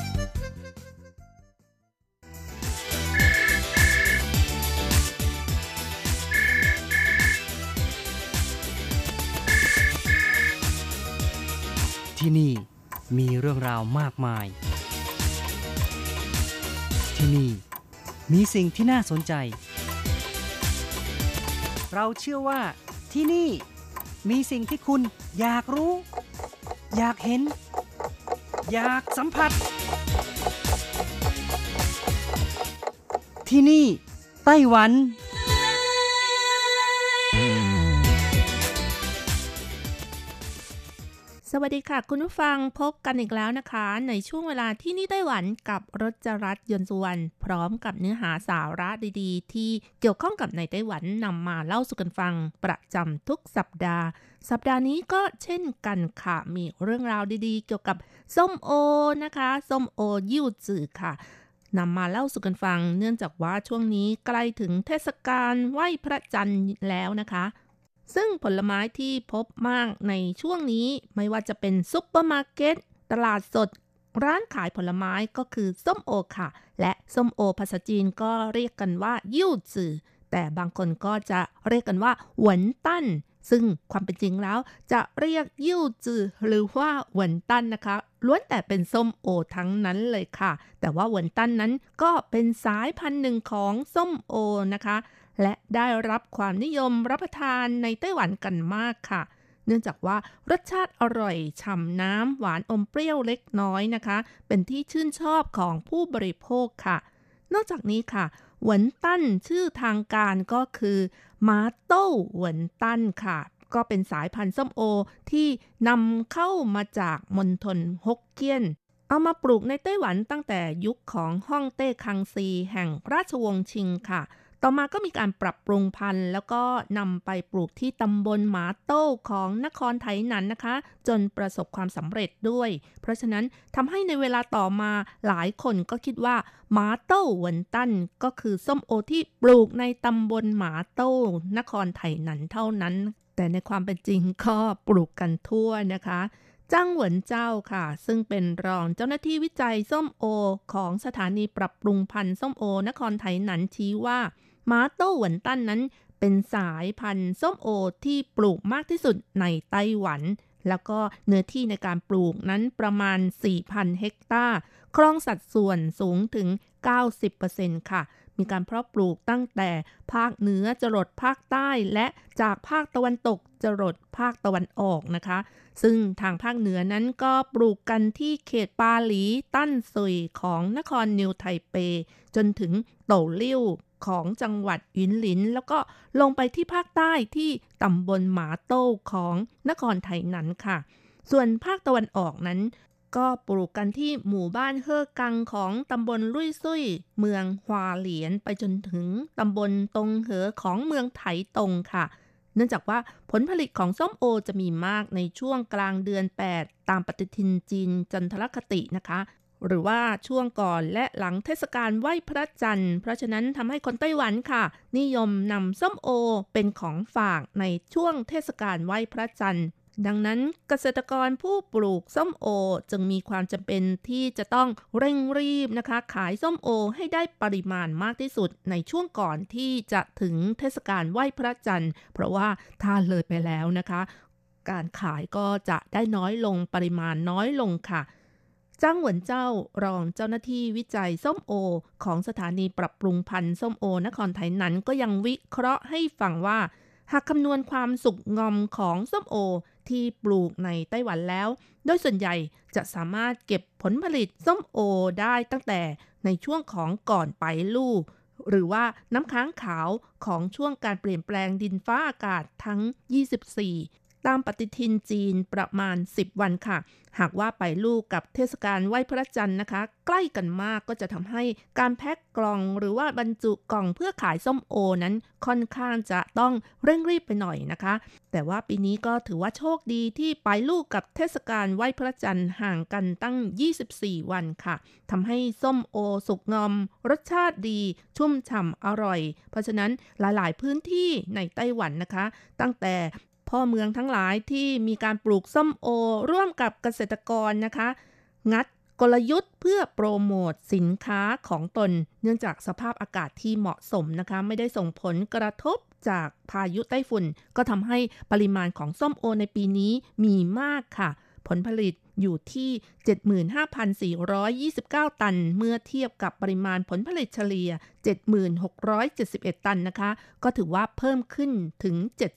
ที่นี่มีเรื่องราวมากมายที่นี่มีสิ่งที่น่าสนใจเราเชื่อว่าที่นี่มีสิ่งที่คุณอยากรู้อยากเห็นอยากสัมผัสที่นี่ไต้หวันสวัสดีค่ะคุณผู้ฟังพบกันอีกแล้วนะคะในช่วงเวลาที่นี่ไต้หวันกับรจรัสยนต์สุวรรณพร้อมกับเนื้อหาสาระดีๆที่เกี่ยวข้องกับในไต้หวันนำมาเล่าสู่กันฟังประจำทุกสัปดาห์นี้ก็เช่นกันค่ะมีเรื่องราวดีๆเกี่ยวกับส้มโอนะคะส้มโอยิ่วจื่อค่ะนำมาเล่าสู่กันฟังเนื่องจากว่าช่วงนี้ใกล้ถึงเทศกาลไหว้พระจันทร์แล้วนะคะซึ่งผลไม้ที่พบมากในช่วงนี้ไม่ว่าจะเป็นซุปเปอร์มาร์เก็ตตลาดสดร้านขายผลไม้ก็คือส้มโอค่ะและส้มโอภาษาจีนก็เรียกกันว่ายิ่วจื่อแต่บางคนก็จะเรียกกันว่าหวนตั้นซึ่งความเป็นจริงแล้วจะเรียกยิ่วจื่อหรือว่าหวนตั้นนะคะล้วนแต่เป็นส้มโอทั้งนั้นเลยค่ะแต่ว่าหวนตั้นนั้นก็เป็นสายพันธุ์หนึ่งของส้มโอนะคะและได้รับความนิยมรับประทานในไต้หวันกันมากค่ะเนื่องจากว่ารสชาติอร่อยฉ่ำน้ำหวานอมเปรี้ยวเล็กน้อยนะคะเป็นที่ชื่นชอบของผู้บริโภคค่ะนอกจากนี้ค่ะหวนตั้นชื่อทางการก็คือมาโต้หวนตั้นค่ะก็เป็นสายพันธุ์ส้มโอที่นำเข้ามาจากมณฑลฮกเกี้ยนเอามาปลูกในไต้หวันตั้งแต่ยุคของฮ่องเต้คังซีแห่งราชวงศ์ชิงค่ะต่อมาก็มีการปรับปรุงพันธุ์แล้วก็นำไปปลูกที่ตำบลหมาโต้ของนครไถหนันนะคะจนประสบความสำเร็จด้วยเพราะฉะนั้นทำให้ในเวลาต่อมาหลายคนก็คิดว่าหมาโต้หวนตั้นก็คือส้มโอที่ปลูกในตำบลหมาโต้นครไถหนันเท่านั้นแต่ในความเป็นจริงก็ปลูกกันทั่วนะคะจ้างเหวินเจ้าค่ะซึ่งเป็นรองเจ้าหน้าที่วิจัยส้มโอของสถานีปรับปรุงพันธุ์ส้มโอนครไถหนันชี้ว่ามาโต้หวนตั้นนั้นเป็นสายพันธุ์ส้มโอที่ปลูกมากที่สุดในไต้หวันแล้วก็เนื้อที่ในการปลูกนั้นประมาณ 4,000 เฮกตาร์ครองสัดส่วนสูงถึง 90% ค่ะมีการเพาะปลูกตั้งแต่ภาคเหนือจรดภาคใต้และจากภาคตะวันตกจรดภาคตะวันออกนะคะซึ่งทางภาคเหนือนั้นก็ปลูกกันที่เขตปาหลีตั้นซุยของนครนิวไทเปจนถึงโตลิ่วของจังหวัดหยินหลินแล้วก็ลงไปที่ภาคใต้ที่ตำบลหมาโต้ของนครไถหนันค่ะส่วนภาคตะวันออกนั้นก็ปลูกกันที่หมู่บ้านเฮ่อกังของตำบลลุยซุยเมืองฮวาเหลียนไปจนถึงตำบลตงเหอของเมืองไถตงค่ะเนื่องจากว่าผลผลิตของส้มโอจะมีมากในช่วงกลางเดือน8ตามปฏิทินจีนจันทรคตินะคะหรือว่าช่วงก่อนและหลังเทศกาลไหว้พระจันทร์เพราะฉะนั้นทำให้คนไต้หวันค่ะนิยมนำส้มโอเป็นของฝากในช่วงเทศกาลไหว้พระจันทร์ดังนั้นเกษตรกรผู้ปลูกส้มโอจึงมีความจำเป็นที่จะต้องเร่งรีบนะคะขายส้มโอให้ได้ปริมาณมากที่สุดในช่วงก่อนที่จะถึงเทศกาลไหว้พระจันทร์เพราะว่าถ้าเลยไปแล้วนะคะการขายก็จะได้น้อยลงปริมาณน้อยลงค่ะจ้างเหวินเจ้ารองเจ้าหน้าที่วิจัยส้มโอของสถานีปรับปรุงพันธุ์ส้มโอนครไถหนันก็ยังวิเคราะห์ให้ฟังว่าหากคำนวณความสุกงอมของส้มโอที่ปลูกในไต้หวันแล้วโดยส่วนใหญ่จะสามารถเก็บผลผลิตส้มโอได้ตั้งแต่ในช่วงของก่อนไปลู่หรือว่าน้ำค้างขาวของช่วงการเปลี่ยนแปลงดินฟ้าอากาศทั้ง24 ตามปฏิทินจีนประมาณ10วันค่ะหากว่าไปลูกกับเทศกาลไหว้พระจันทร์นะคะใกล้กันมากก็จะทำให้การแพ็คกล่องหรือว่าบรรจุกล่องเพื่อขายส้มโอนั้นค่อนข้างจะต้องเร่งรีบไปหน่อยนะคะแต่ว่าปีนี้ก็ถือว่าโชคดีที่ไปลูกกับเทศกาลไหว้พระจันทร์ห่างกันตั้ง24วันค่ะทำให้ส้มโอสุกงอมรสชาติดีชุ่มฉ่ำอร่อยเพราะฉะนั้นหลายๆพื้นที่ในไต้หวันนะคะตั้งแต่พ่อเมืองทั้งหลายที่มีการปลูกส้มโอร่วมกับเกษตรกรนะคะงัดกลยุทธ์เพื่อโปรโมทสินค้าของตนเนื่องจากสภาพอากาศที่เหมาะสมนะคะไม่ได้ส่งผลกระทบจากพายุไต้ฝุ่นก็ทำให้ปริมาณของส้มโอในปีนี้มีมากค่ะผลผลิตอยู่ที่ 75,429 ตันเมื่อเทียบกับปริมาณผลผลิตเฉลี่ย 7,671 ตันนะคะก็ถือว่าเพิ่มขึ้นถึง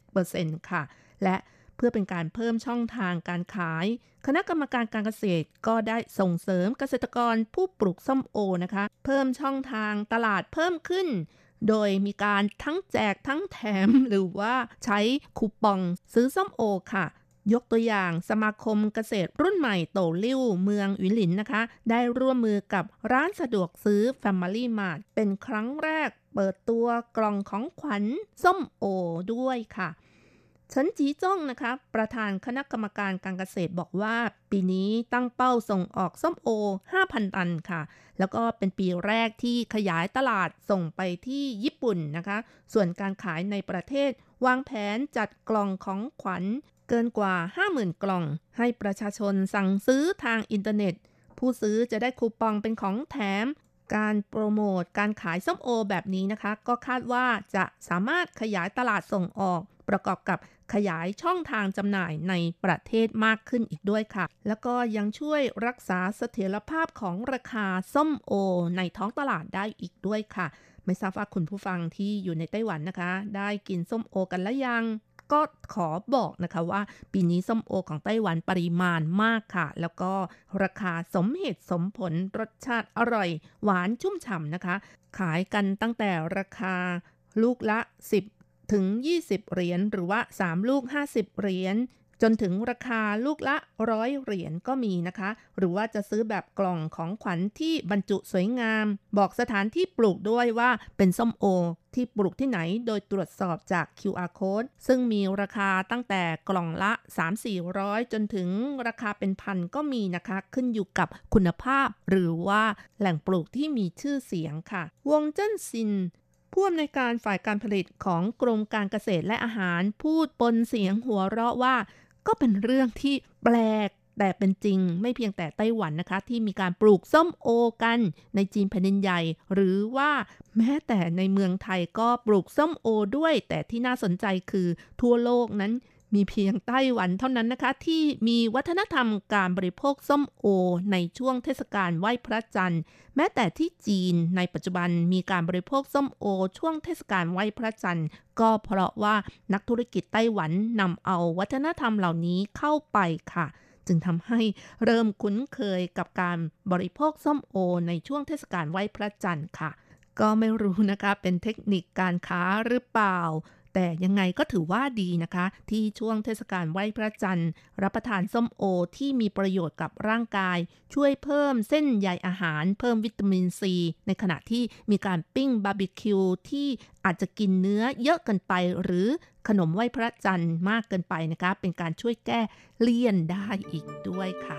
7% ค่ะและเพื่อเป็นการเพิ่มช่องทางการขายคณะกรรมการการเกษตรก็ได้ส่งเสริมเกษตรกรผู้ปลูกส้มโอนะคะเพิ่มช่องทางตลาดเพิ่มขึ้นโดยมีการทั้งแจกทั้งแถมหรือว่าใช้คูปองซื้อส้มโอค่ะยกตัวอย่างสมาคมเกษตรรุ่นใหม่โตลิ่วเมืองหวินหลินนะคะได้ร่วมมือกับร้านสะดวกซื้อ Family Mart เป็นครั้งแรกเปิดตัวกล่องของขวัญส้มโอด้วยค่ะเฉินจีจ้งนะคะประธานคณะกรรมการการเกษตรบอกว่าปีนี้ตั้งเป้าส่งออกส้มโอ 5,000 ตันค่ะแล้วก็เป็นปีแรกที่ขยายตลาดส่งไปที่ญี่ปุ่นนะคะส่วนการขายในประเทศวางแผนจัดกล่องของขวัญเกินกว่า 50,000 กล่องให้ประชาชนสั่งซื้อทางอินเทอร์เน็ตผู้ซื้อจะได้คูปองเป็นของแถมการโปรโมทการขายส้มโอแบบนี้นะคะก็คาดว่าจะสามารถขยายตลาดส่งออกประกอบกับขยายช่องทางจำหน่ายในประเทศมากขึ้นอีกด้วยค่ะแล้วก็ยังช่วยรักษาเสถียรภาพของราคาส้มโอในท้องตลาดได้อีกด้วยค่ะไม่ทราบว่าคุณผู้ฟังที่อยู่ในไต้หวันนะคะได้กินส้มโอกันแล้วยังก็ขอบอกนะคะว่าปีนี้ส้มโอของไต้หวันปริมาณมากค่ะแล้วก็ราคาสมเหตุสมผลรสชาติอร่อยหวานชุ่มฉ่ำนะคะขายกันตั้งแต่ราคาลูกละ10 ถึง 20 เหรียญหรือว่า3ลูก50 เหรียญจนถึงราคาลูกละ100 เหรียญก็มีนะคะหรือว่าจะซื้อแบบกล่องของขวัญที่บรรจุสวยงามบอกสถานที่ปลูกด้วยว่าเป็นส้มโอที่ปลูกที่ไหนโดยตรวจสอบจาก QR Code ซึ่งมีราคาตั้งแต่กล่องละ 3-400 จนถึงราคาเป็นพันก็มีนะคะขึ้นอยู่กับคุณภาพหรือว่าแหล่งปลูกที่มีชื่อเสียงค่ะวงเจิ้นซินผู้อำนวยการฝ่ายการผลิตของกรมการเกษตรและอาหารพูดปนเสียงหัวเราะว่าก็เป็นเรื่องที่แปลกแต่เป็นจริงไม่เพียงแต่ไต้หวันนะคะที่มีการปลูกส้มโอกันในจีนแผ่นดินใหญ่หรือว่าแม้แต่ในเมืองไทยก็ปลูกส้มโอด้วยแต่ที่น่าสนใจคือทั่วโลกนั้นมีเพียงไต้หวันเท่านั้นนะคะที่มีวัฒนธรรมการบริโภคส้มโอในช่วงเทศกาลไหว้พระจันทร์แม้แต่ที่จีนในปัจจุบันมีการบริโภคส้มโอช่วงเทศกาลไหว้พระจันทร์ก็เพราะว่านักธุรกิจไต้หวันนำเอาวัฒนธรรมเหล่านี้เข้าไปค่ะจึงทำให้เริ่มคุ้นเคยกับการบริโภคส้มโอในช่วงเทศกาลไหว้พระจันทร์ค่ะก็ไม่รู้นะคะเป็นเทคนิคการค้าหรือเปล่าแต่ยังไงก็ถือว่าดีนะคะที่ช่วงเทศกาลไหว้พระจันทร์รับประทานส้มโอที่มีประโยชน์กับร่างกายช่วยเพิ่มเส้นใยอาหารเพิ่มวิตามินซีในขณะที่มีการปิ้งบาร์บีคิวที่อาจจะกินเนื้อเยอะเกินไปหรือขนมไหว้พระจันทร์มากเกินไปนะคะเป็นการช่วยแก้เลี่ยนได้อีกด้วยค่ะ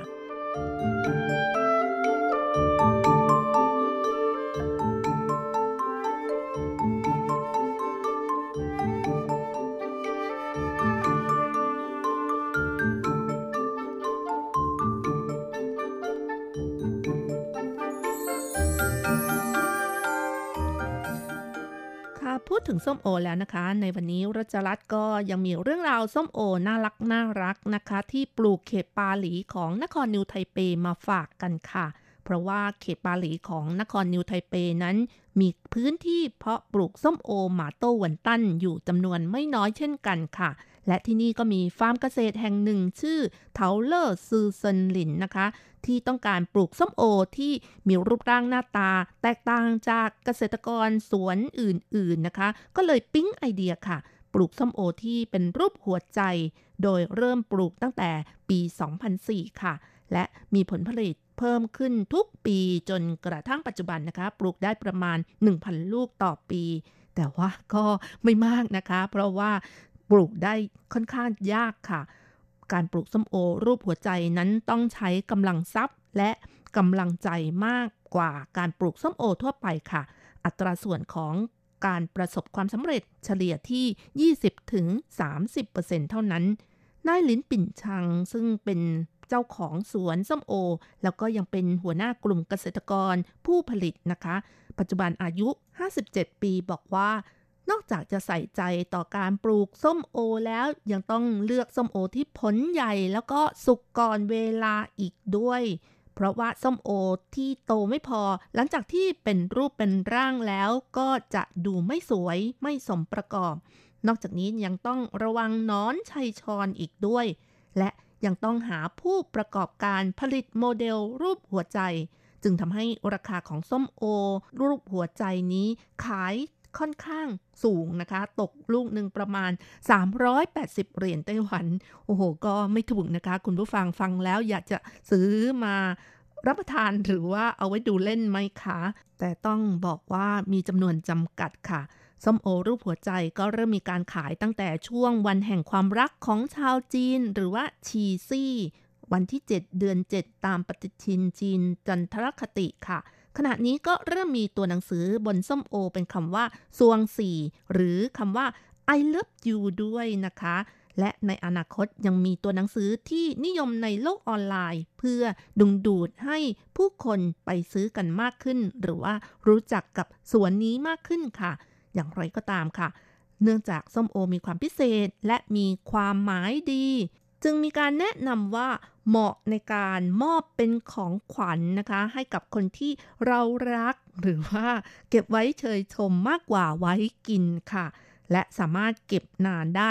พูดถึงส้มโอแล้วนะคะในวันนี้รัชรัตน์ก็ยังมีเรื่องราวส้มโอน่ารักนะคะที่ปลูกเขตปาหลีของนครนิวไทเปมาฝากกันค่ะเพราะว่าเขตปาหลีของนครนิวไทเปนั้นมีพื้นที่เพาะปลูกส้มโอหมาโต้หวันตั้นอยู่จำนวนไม่น้อยเช่นกันค่ะและที่นี่ก็มีฟาร์มเกษตรแห่งหนึ่งชื่อเทาเลอร์ซือเซินหลินนะคะที่ต้องการปลูกส้มโอที่มีรูปร่างหน้าตาแตกต่างจากเกษตรกรสวนอื่นๆนะคะก็เลยปิ๊งไอเดียค่ะปลูกส้มโอที่เป็นรูปหัวใจโดยเริ่มปลูกตั้งแต่ปี 2004 ค่ะและมีผลผลิตเพิ่มขึ้นทุกปีจนกระทั่งปัจจุบันนะคะปลูกได้ประมาณ 1,000 ลูกต่อปีแต่ว่าก็ไม่มากนะคะเพราะว่าปลูกได้ค่อนข้างยากค่ะการปลูกส้มโอรูปหัวใจนั้นต้องใช้กำลังทรัพย์และกำลังใจมากกว่าการปลูกส้มโอทั่วไปค่ะอัตราส่วนของการประสบความสำเร็จเฉลี่ยที่ 20-30% เท่านั้นนายหลินปิ่นชังซึ่งเป็นเจ้าของสวนส้มโอแล้วก็ยังเป็นหัวหน้ากลุ่มเกษตรกรผู้ผลิตนะคะปัจจุบันอายุ57ปีบอกว่านอกจากจะใส่ใจต่อการปลูกส้มโอแล้วยังต้องเลือกส้มโอที่ผลใหญ่แล้วก็สุกก่อนเวลาอีกด้วยเพราะว่าส้มโอที่โตไม่พอหลังจากที่เป็นรูปเป็นร่างแล้วก็จะดูไม่สวยไม่สมประกอบนอกจากนี้ยังต้องระวังหนอนชัยชอนอีกด้วยและยังต้องหาผู้ประกอบการผลิตโมเดลรูปหัวใจจึงทำให้ราคาของส้มโอรูปหัวใจนี้ขายค่อนข้างสูงนะคะตกลูกหนึ่งประมาณ380เหรียญไต้หวันโอ้โหก็ไม่ถูกนะคะคุณผู้ฟังฟังแล้วอยากจะซื้อมารับประทานหรือว่าเอาไว้ดูเล่นไหมคะแต่ต้องบอกว่ามีจำนวนจำกัดค่ะส้มโอรูปหัวใจก็เริ่มมีการขายตั้งแต่ช่วงวันแห่งความรักของชาวจีนหรือว่าชีซี่วันที่7เดือน7ตามปฏิทินจีนจันทรคติค่ะขณะนี้ก็เริ่มมีตัวหนังสือบนส้มโอเป็นคำว่าซวงสี่หรือคำว่า I love you ด้วยนะคะและในอนาคตยังมีตัวหนังสือที่นิยมในโลกออนไลน์เพื่อดึงดูดให้ผู้คนไปซื้อกันมากขึ้นหรือว่ารู้จักกับสวนนี้มากขึ้นค่ะอย่างไรก็ตามค่ะเนื่องจากส้มโอมีความพิเศษและมีความหมายดีจึงมีการแนะนำว่าเหมาะในการมอบเป็นของขวัญ นะคะให้กับคนที่เรารักหรือว่าเก็บไว้เชยชมมากกว่าไว้กินค่ะและสามารถเก็บนานได้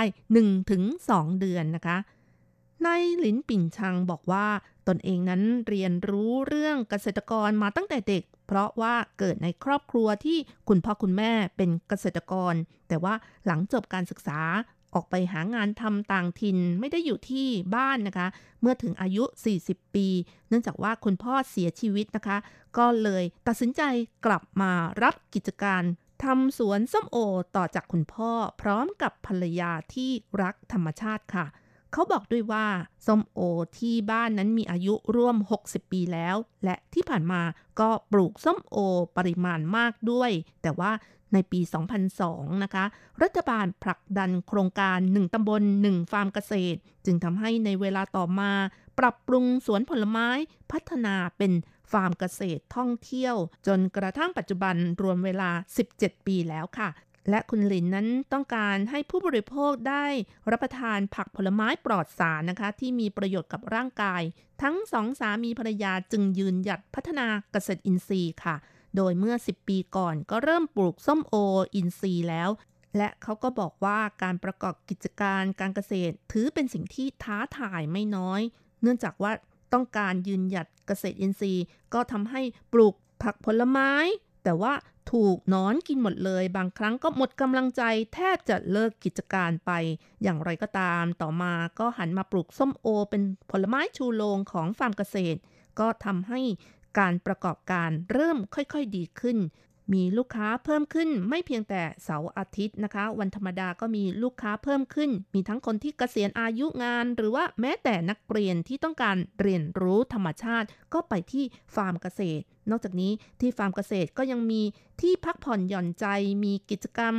1-2 เดือนนะคะนายหลินปิ่นชังบอกว่าตนเองนั้นเรียนรู้เรื่องเกษตรกรมาตั้งแต่เด็กเพราะว่าเกิดในครอบครัวที่คุณพ่อคุณแม่เป็นเกษตรกรแต่ว่าหลังจบการศึกษาออกไปหางานทำต่างถิ่นไม่ได้อยู่ที่บ้านนะคะเมื่อถึงอายุ40ปีเนื่องจากว่าคุณพ่อเสียชีวิตนะคะก็เลยตัดสินใจกลับมารับกิจการทำสวนส้มโอต่อจากคุณพ่อพร้อมกับภรรยาที่รักธรรมชาติค่ะเขาบอกด้วยว่าส้มโอที่บ้านนั้นมีอายุร่วม60ปีแล้วและที่ผ่านมาก็ปลูกส้มโอปริมาณมากด้วยแต่ว่าในปี 2002 นะคะรัฐบาลผลักดันโครงการ1ตำบล1ฟาร์มเกษตรจึงทำให้ในเวลาต่อมาปรับปรุงสวนผลไม้พัฒนาเป็นฟาร์มเกษตรท่องเที่ยวจนกระทั่งปัจจุบันรวมเวลา17ปีแล้วค่ะและคุณหลินนั้นต้องการให้ผู้บริโภคได้รับประทานผักผลไม้ปลอดสารนะคะที่มีประโยชน์กับร่างกายทั้งสองสามีภรรยาจึงยืนหยัดพัฒนาเกษตรอินทรีย์ค่ะโดยเมื่อ10ปีก่อนก็เริ่มปลูกส้มโออินทรีย์แล้วและเขาก็บอกว่าการประกอบกิจการการเกษตรถือเป็นสิ่งที่ท้าทายไม่น้อยเนื่องจากว่าต้องการยืนหยัดเกษตรอินทรีย์ก็ทำให้ปลูกผักผลไม้แต่ว่าถูกหนอนกินหมดเลยบางครั้งก็หมดกำลังใจแทบจะเลิกกิจการไปอย่างไรก็ตามต่อมาก็หันมาปลูกส้มโอเป็นผลไม้ชูโรงของฟาร์มเกษตรก็ทำให้การประกอบการเริ่มค่อยๆดีขึ้นมีลูกค้าเพิ่มขึ้นไม่เพียงแต่เสาร์อาทิตย์นะคะวันธรรมดาก็มีลูกค้าเพิ่มขึ้นมีทั้งคนที่เกษียณอายุงานหรือว่าแม้แต่นักเรียนที่ต้องการเรียนรู้ธรรมชาติก็ไปที่ฟาร์มเกษตรนอกจากนี้ที่ฟาร์มเกษตรก็ยังมีที่พักผ่อนหย่อนใจมีกิจกรรม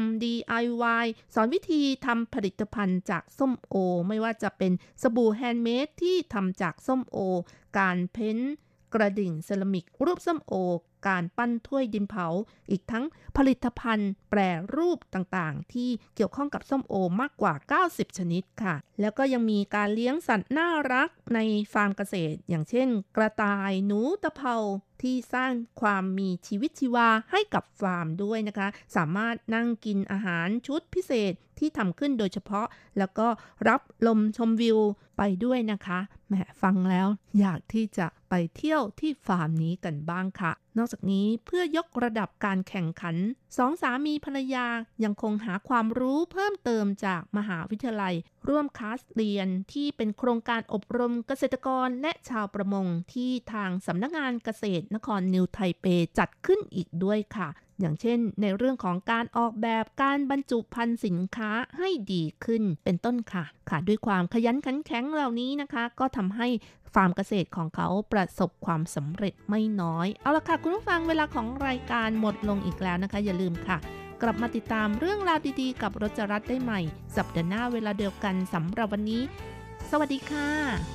DIY สอนวิธีทำผลิตภัณฑ์จากส้มโอไม่ว่าจะเป็นสบู่แฮนด์เมดที่ทำจากส้มโอการเพ้นท์กระดิ่งเซรามิกรูปส้มโอการปั้นถ้วยดินเผาอีกทั้งผลิตภัณฑ์แปรรูปต่างๆที่เกี่ยวข้องกับส้มโอมากกว่า90ชนิดค่ะแล้วก็ยังมีการเลี้ยงสัตว์น่ารักในฟาร์มเกษตรอย่างเช่นกระต่ายหนูตะเภาที่สร้างความมีชีวิตชีวาให้กับฟาร์มด้วยนะคะสามารถนั่งกินอาหารชุดพิเศษที่ทำขึ้นโดยเฉพาะแล้วก็รับลมชมวิวไปด้วยนะคะแหมฟังแล้วอยากที่จะไปเที่ยวที่ฟาร์มนี้กันบ้างค่ะนอกจากนี้เพื่อยกระดับการแข่งขันสองสามีภรรยายังคงหาความรู้เพิ่มเติมจากมหาวิทยาลัยร่วมคลาสเรียนที่เป็นโครงการอบรมเกษตรกรและชาวประมงที่ทางสำนักงานเกษตรนครนิวไทเปจัดขึ้นอีกด้วยค่ะอย่างเช่นในเรื่องของการออกแบบการบรรจุภัณฑ์สินค้าให้ดีขึ้นเป็นต้นค่ะด้วยความขยันขันแข็งเหล่านี้นะคะก็ทำให้ฟาร์มเกษตรของเขาประสบความสำเร็จไม่น้อยเอาละค่ะคุณผู้ฟังเวลาของรายการหมดลงอีกแล้วนะคะอย่าลืมค่ะกลับมาติดตามเรื่องราวดีๆกับรจรัสได้ใหม่สัปดาห์หน้าเวลาเดียวกันสำหรับวันนี้สวัสดีค่ะ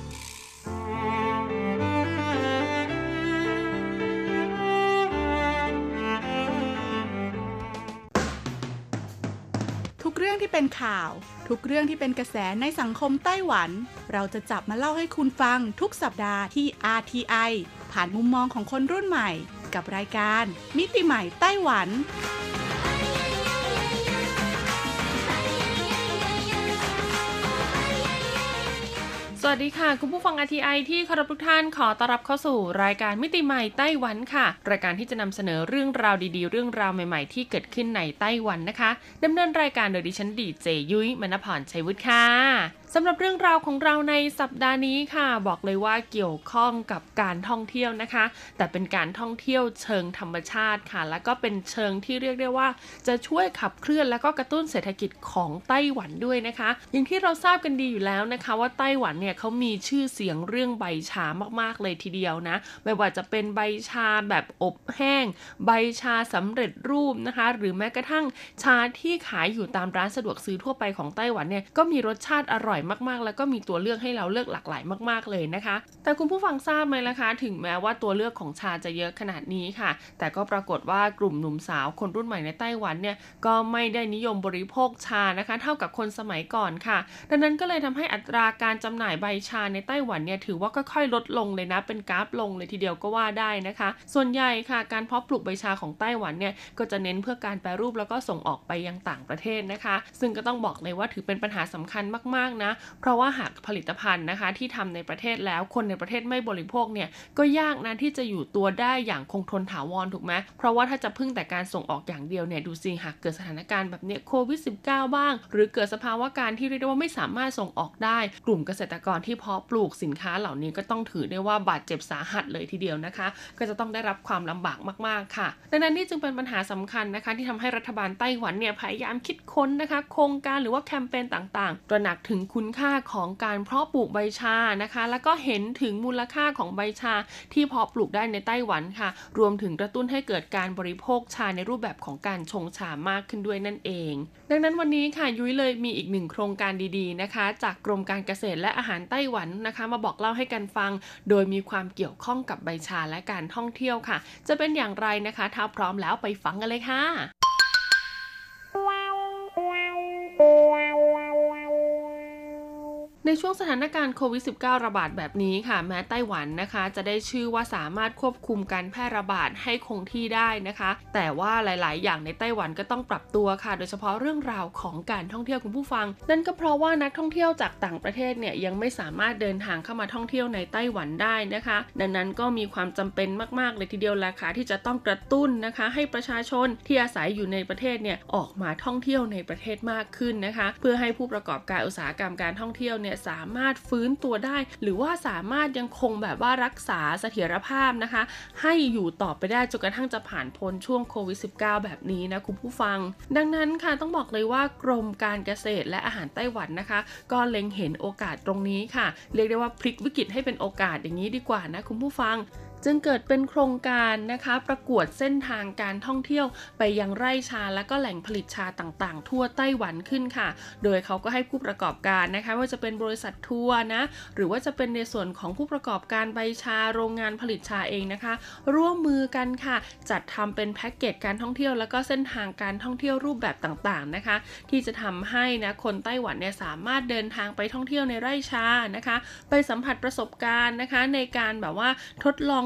ทุกเรื่องที่เป็นข่าวทุกเรื่องที่เป็นกระแสในสังคมไต้หวันเราจะจับมาเล่าให้คุณฟังทุกสัปดาห์ที่ RTI ผ่านมุมมองของคนรุ่นใหม่กับรายการมิติใหม่ไต้หวันสวัสดีค่ะคุณผู้ฟัง RTI ที่เคารพทุกท่านขอต้อนรับเข้าสู่รายการมิติใหม่ไต้หวันค่ะรายการที่จะนำเสนอเรื่องราวดีๆเรื่องราวใหม่ๆที่เกิดขึ้นในไต้หวันนะคะดำเนินรายการโดยดิฉันดีเจยุ้ยมณพรชัยวุฒิค่ะสำหรับเรื่องราวของเราในสัปดาห์นี้ค่ะบอกเลยว่าเกี่ยวข้องกับการท่องเที่ยวนะคะแต่เป็นการท่องเที่ยวเชิงธรรมชาติค่ะแล้วก็เป็นเชิงที่เรียกได้ว่าจะช่วยขับเคลื่อนแล้วก็กระตุ้นเศรษฐกิจของไต้หวันด้วยนะคะอย่างที่เราทราบกันดีอยู่แล้วนะคะว่าไต้หวันเนี่ยเขามีชื่อเสียงเรื่องใบชามากๆเลยทีเดียวนะไม่ว่าจะเป็นใบชาแบบอบแห้งใบชาสำเร็จรูปนะคะหรือแม้กระทั่งชาที่ขายอยู่ตามร้านสะดวกซื้อทั่วไปของไต้หวันเนี่ยก็มีรสชาติอร่อยมากๆแล้วก็มีตัวเลือกให้เราเลือกหลากหลายมากๆเลยนะคะแต่คุณผู้ฟังทราบไหมล่ะคะถึงแม้ว่าตัวเลือกของชาจะเยอะขนาดนี้ค่ะแต่ก็ปรากฏว่ากลุ่มหนุ่มสาวคนรุ่นใหม่ในไต้หวันเนี่ยก็ไม่ได้นิยมบริโภคชานะคะเท่ากับคนสมัยก่อนค่ะดังนั้นก็เลยทำให้อัตราการจำหน่ายใบชาในไต้หวันเนี่ยถือว่าค่อยๆลดลงเลยนะเป็นกราฟลงเลยทีเดียวก็ว่าได้นะคะส่วนใหญ่ค่ะการเพาะปลูกใบชาของไต้หวันเนี่ยก็จะเน้นเพื่อการแปรรูปแล้วก็ส่งออกไปยังต่างประเทศนะคะซึ่งก็ต้องบอกเลยว่าถือเป็นปัญหาสำคัญมากๆนะเพราะว่าหากผลิตภัณฑ์นะคะที่ทำในประเทศแล้วคนในประเทศไม่บริโภคเนี่ยก็ยากนะที่จะอยู่ตัวได้อย่างคงทนถาวรถูกไหมเพราะว่าถ้าจะพึ่งแต่การส่งออกอย่างเดียวเนี่ยดูสิหากเกิดสถานการณ์แบบนี้โควิด -19 บ้างหรือเกิดสภาวะการที่เรียกได้ว่าไม่สามารถส่งออกได้กลุ่มเกษตรกรที่เพาะปลูกสินค้าเหล่านี้ก็ต้องถือได้ว่าบาดเจ็บสาหัสเลยทีเดียวนะคะก็จะต้องได้รับความลำบากมากๆค่ะดังนั้นนี่จึงเป็นปัญหาสำคัญนะคะที่ทำให้รัฐบาลไต้หวันเนี่ยพยายามคิดค้นนะคะโครงการหรือว่าแคมเปญต่างๆตระหนักถึงคุณค่าของการเพาะปลูกใบชานะคะแล้วก็เห็นถึงมูลค่าของใบชาที่เพาะปลูกได้ในไต้หวันค่ะรวมถึงกระตุ้นให้เกิดการบริโภคชาในรูปแบบของการชงชามากขึ้นด้วยนั่นเองดังนั้นวันนี้ค่ะยุ้ยเลยมีอีกหนึ่งโครงการดีๆนะคะจากกรมการเกษตรและอาหารไต้หวันนะคะมาบอกเล่าให้กันฟังโดยมีความเกี่ยวข้องกับใบชาและการท่องเที่ยวค่ะจะเป็นอย่างไรนะคะถ้าพร้อมแล้วไปฟังกันเลยค่ะในช่วงสถานการณ์โควิด -19 ระบาดแบบนี้ค่ะแม้ไต้หวันนะคะจะได้ชื่อว่าสามารถควบคุมการแพร่ระบาดให้คงที่ได้นะคะแต่ว่าหลายๆอย่างในไต้หวันก็ต้องปรับตัวค่ะโดยเฉพาะเรื่องราวของการท่องเที่ยวคุณผู้ฟังนั่นก็เพราะว่านักท่องเที่ยวจากต่างประเทศเนี่ยยังไม่สามารถเดินทางเข้ามาท่องเที่ยวในไต้หวันได้นะคะดังนั้นก็มีความจำเป็นมากๆเลยทีเดียวแหละค่ะที่จะต้องกระตุ้นนะคะให้ประชาชนที่อาศัยอยู่ในประเทศเนี่ยออกมาท่องเที่ยวในประเทศมากขึ้นนะคะเพื่อให้ผู้ประกอบการอุตสาหกรรมการท่องเที่ยวเนี่ยสามารถฟื้นตัวได้หรือว่าสามารถยังคงแบบว่ารักษาเสถียรภาพนะคะให้อยู่ต่อไปได้จนกระทั่งจะผ่านพ้นช่วงโควิด -19 แบบนี้นะคุณผู้ฟังดังนั้นค่ะต้องบอกเลยว่ากรมการเกษตรและอาหารไต้หวันนะคะก็เล็งเห็นโอกาสตรงนี้ค่ะเรียกได้ว่าพลิกวิกฤตให้เป็นโอกาสอย่างนี้ดีกว่านะคุณผู้ฟังจึงเกิดเป็นโครงการนะคะประกวดเส้นทางการท่องเที่ยวไปยังไร่ชาและก็แหล่งผลิตชาต่างๆทั่วไต้หวันขึ้นค่ะโดยเขาก็ให้ผู้ประกอบการนะคะว่าจะเป็นบริษัททัวร์นะหรือว่าจะเป็นในส่วนของผู้ประกอบการใบชาโรงงานผลิตชาเองนะคะร่วมมือกันค่ะจัดทำเป็นแพ็กเกจการท่องเที่ยวแล้วก็เส้นทางการท่องเที่ยวรูปแบบต่างๆนะคะที่จะทำให้นะคนไต้หวันเนี่ยสามารถเดินทางไปท่องเที่ยวในไร่ชานะคะไปสัมผัสประสบการณ์นะคะในการแบบว่าทดลอง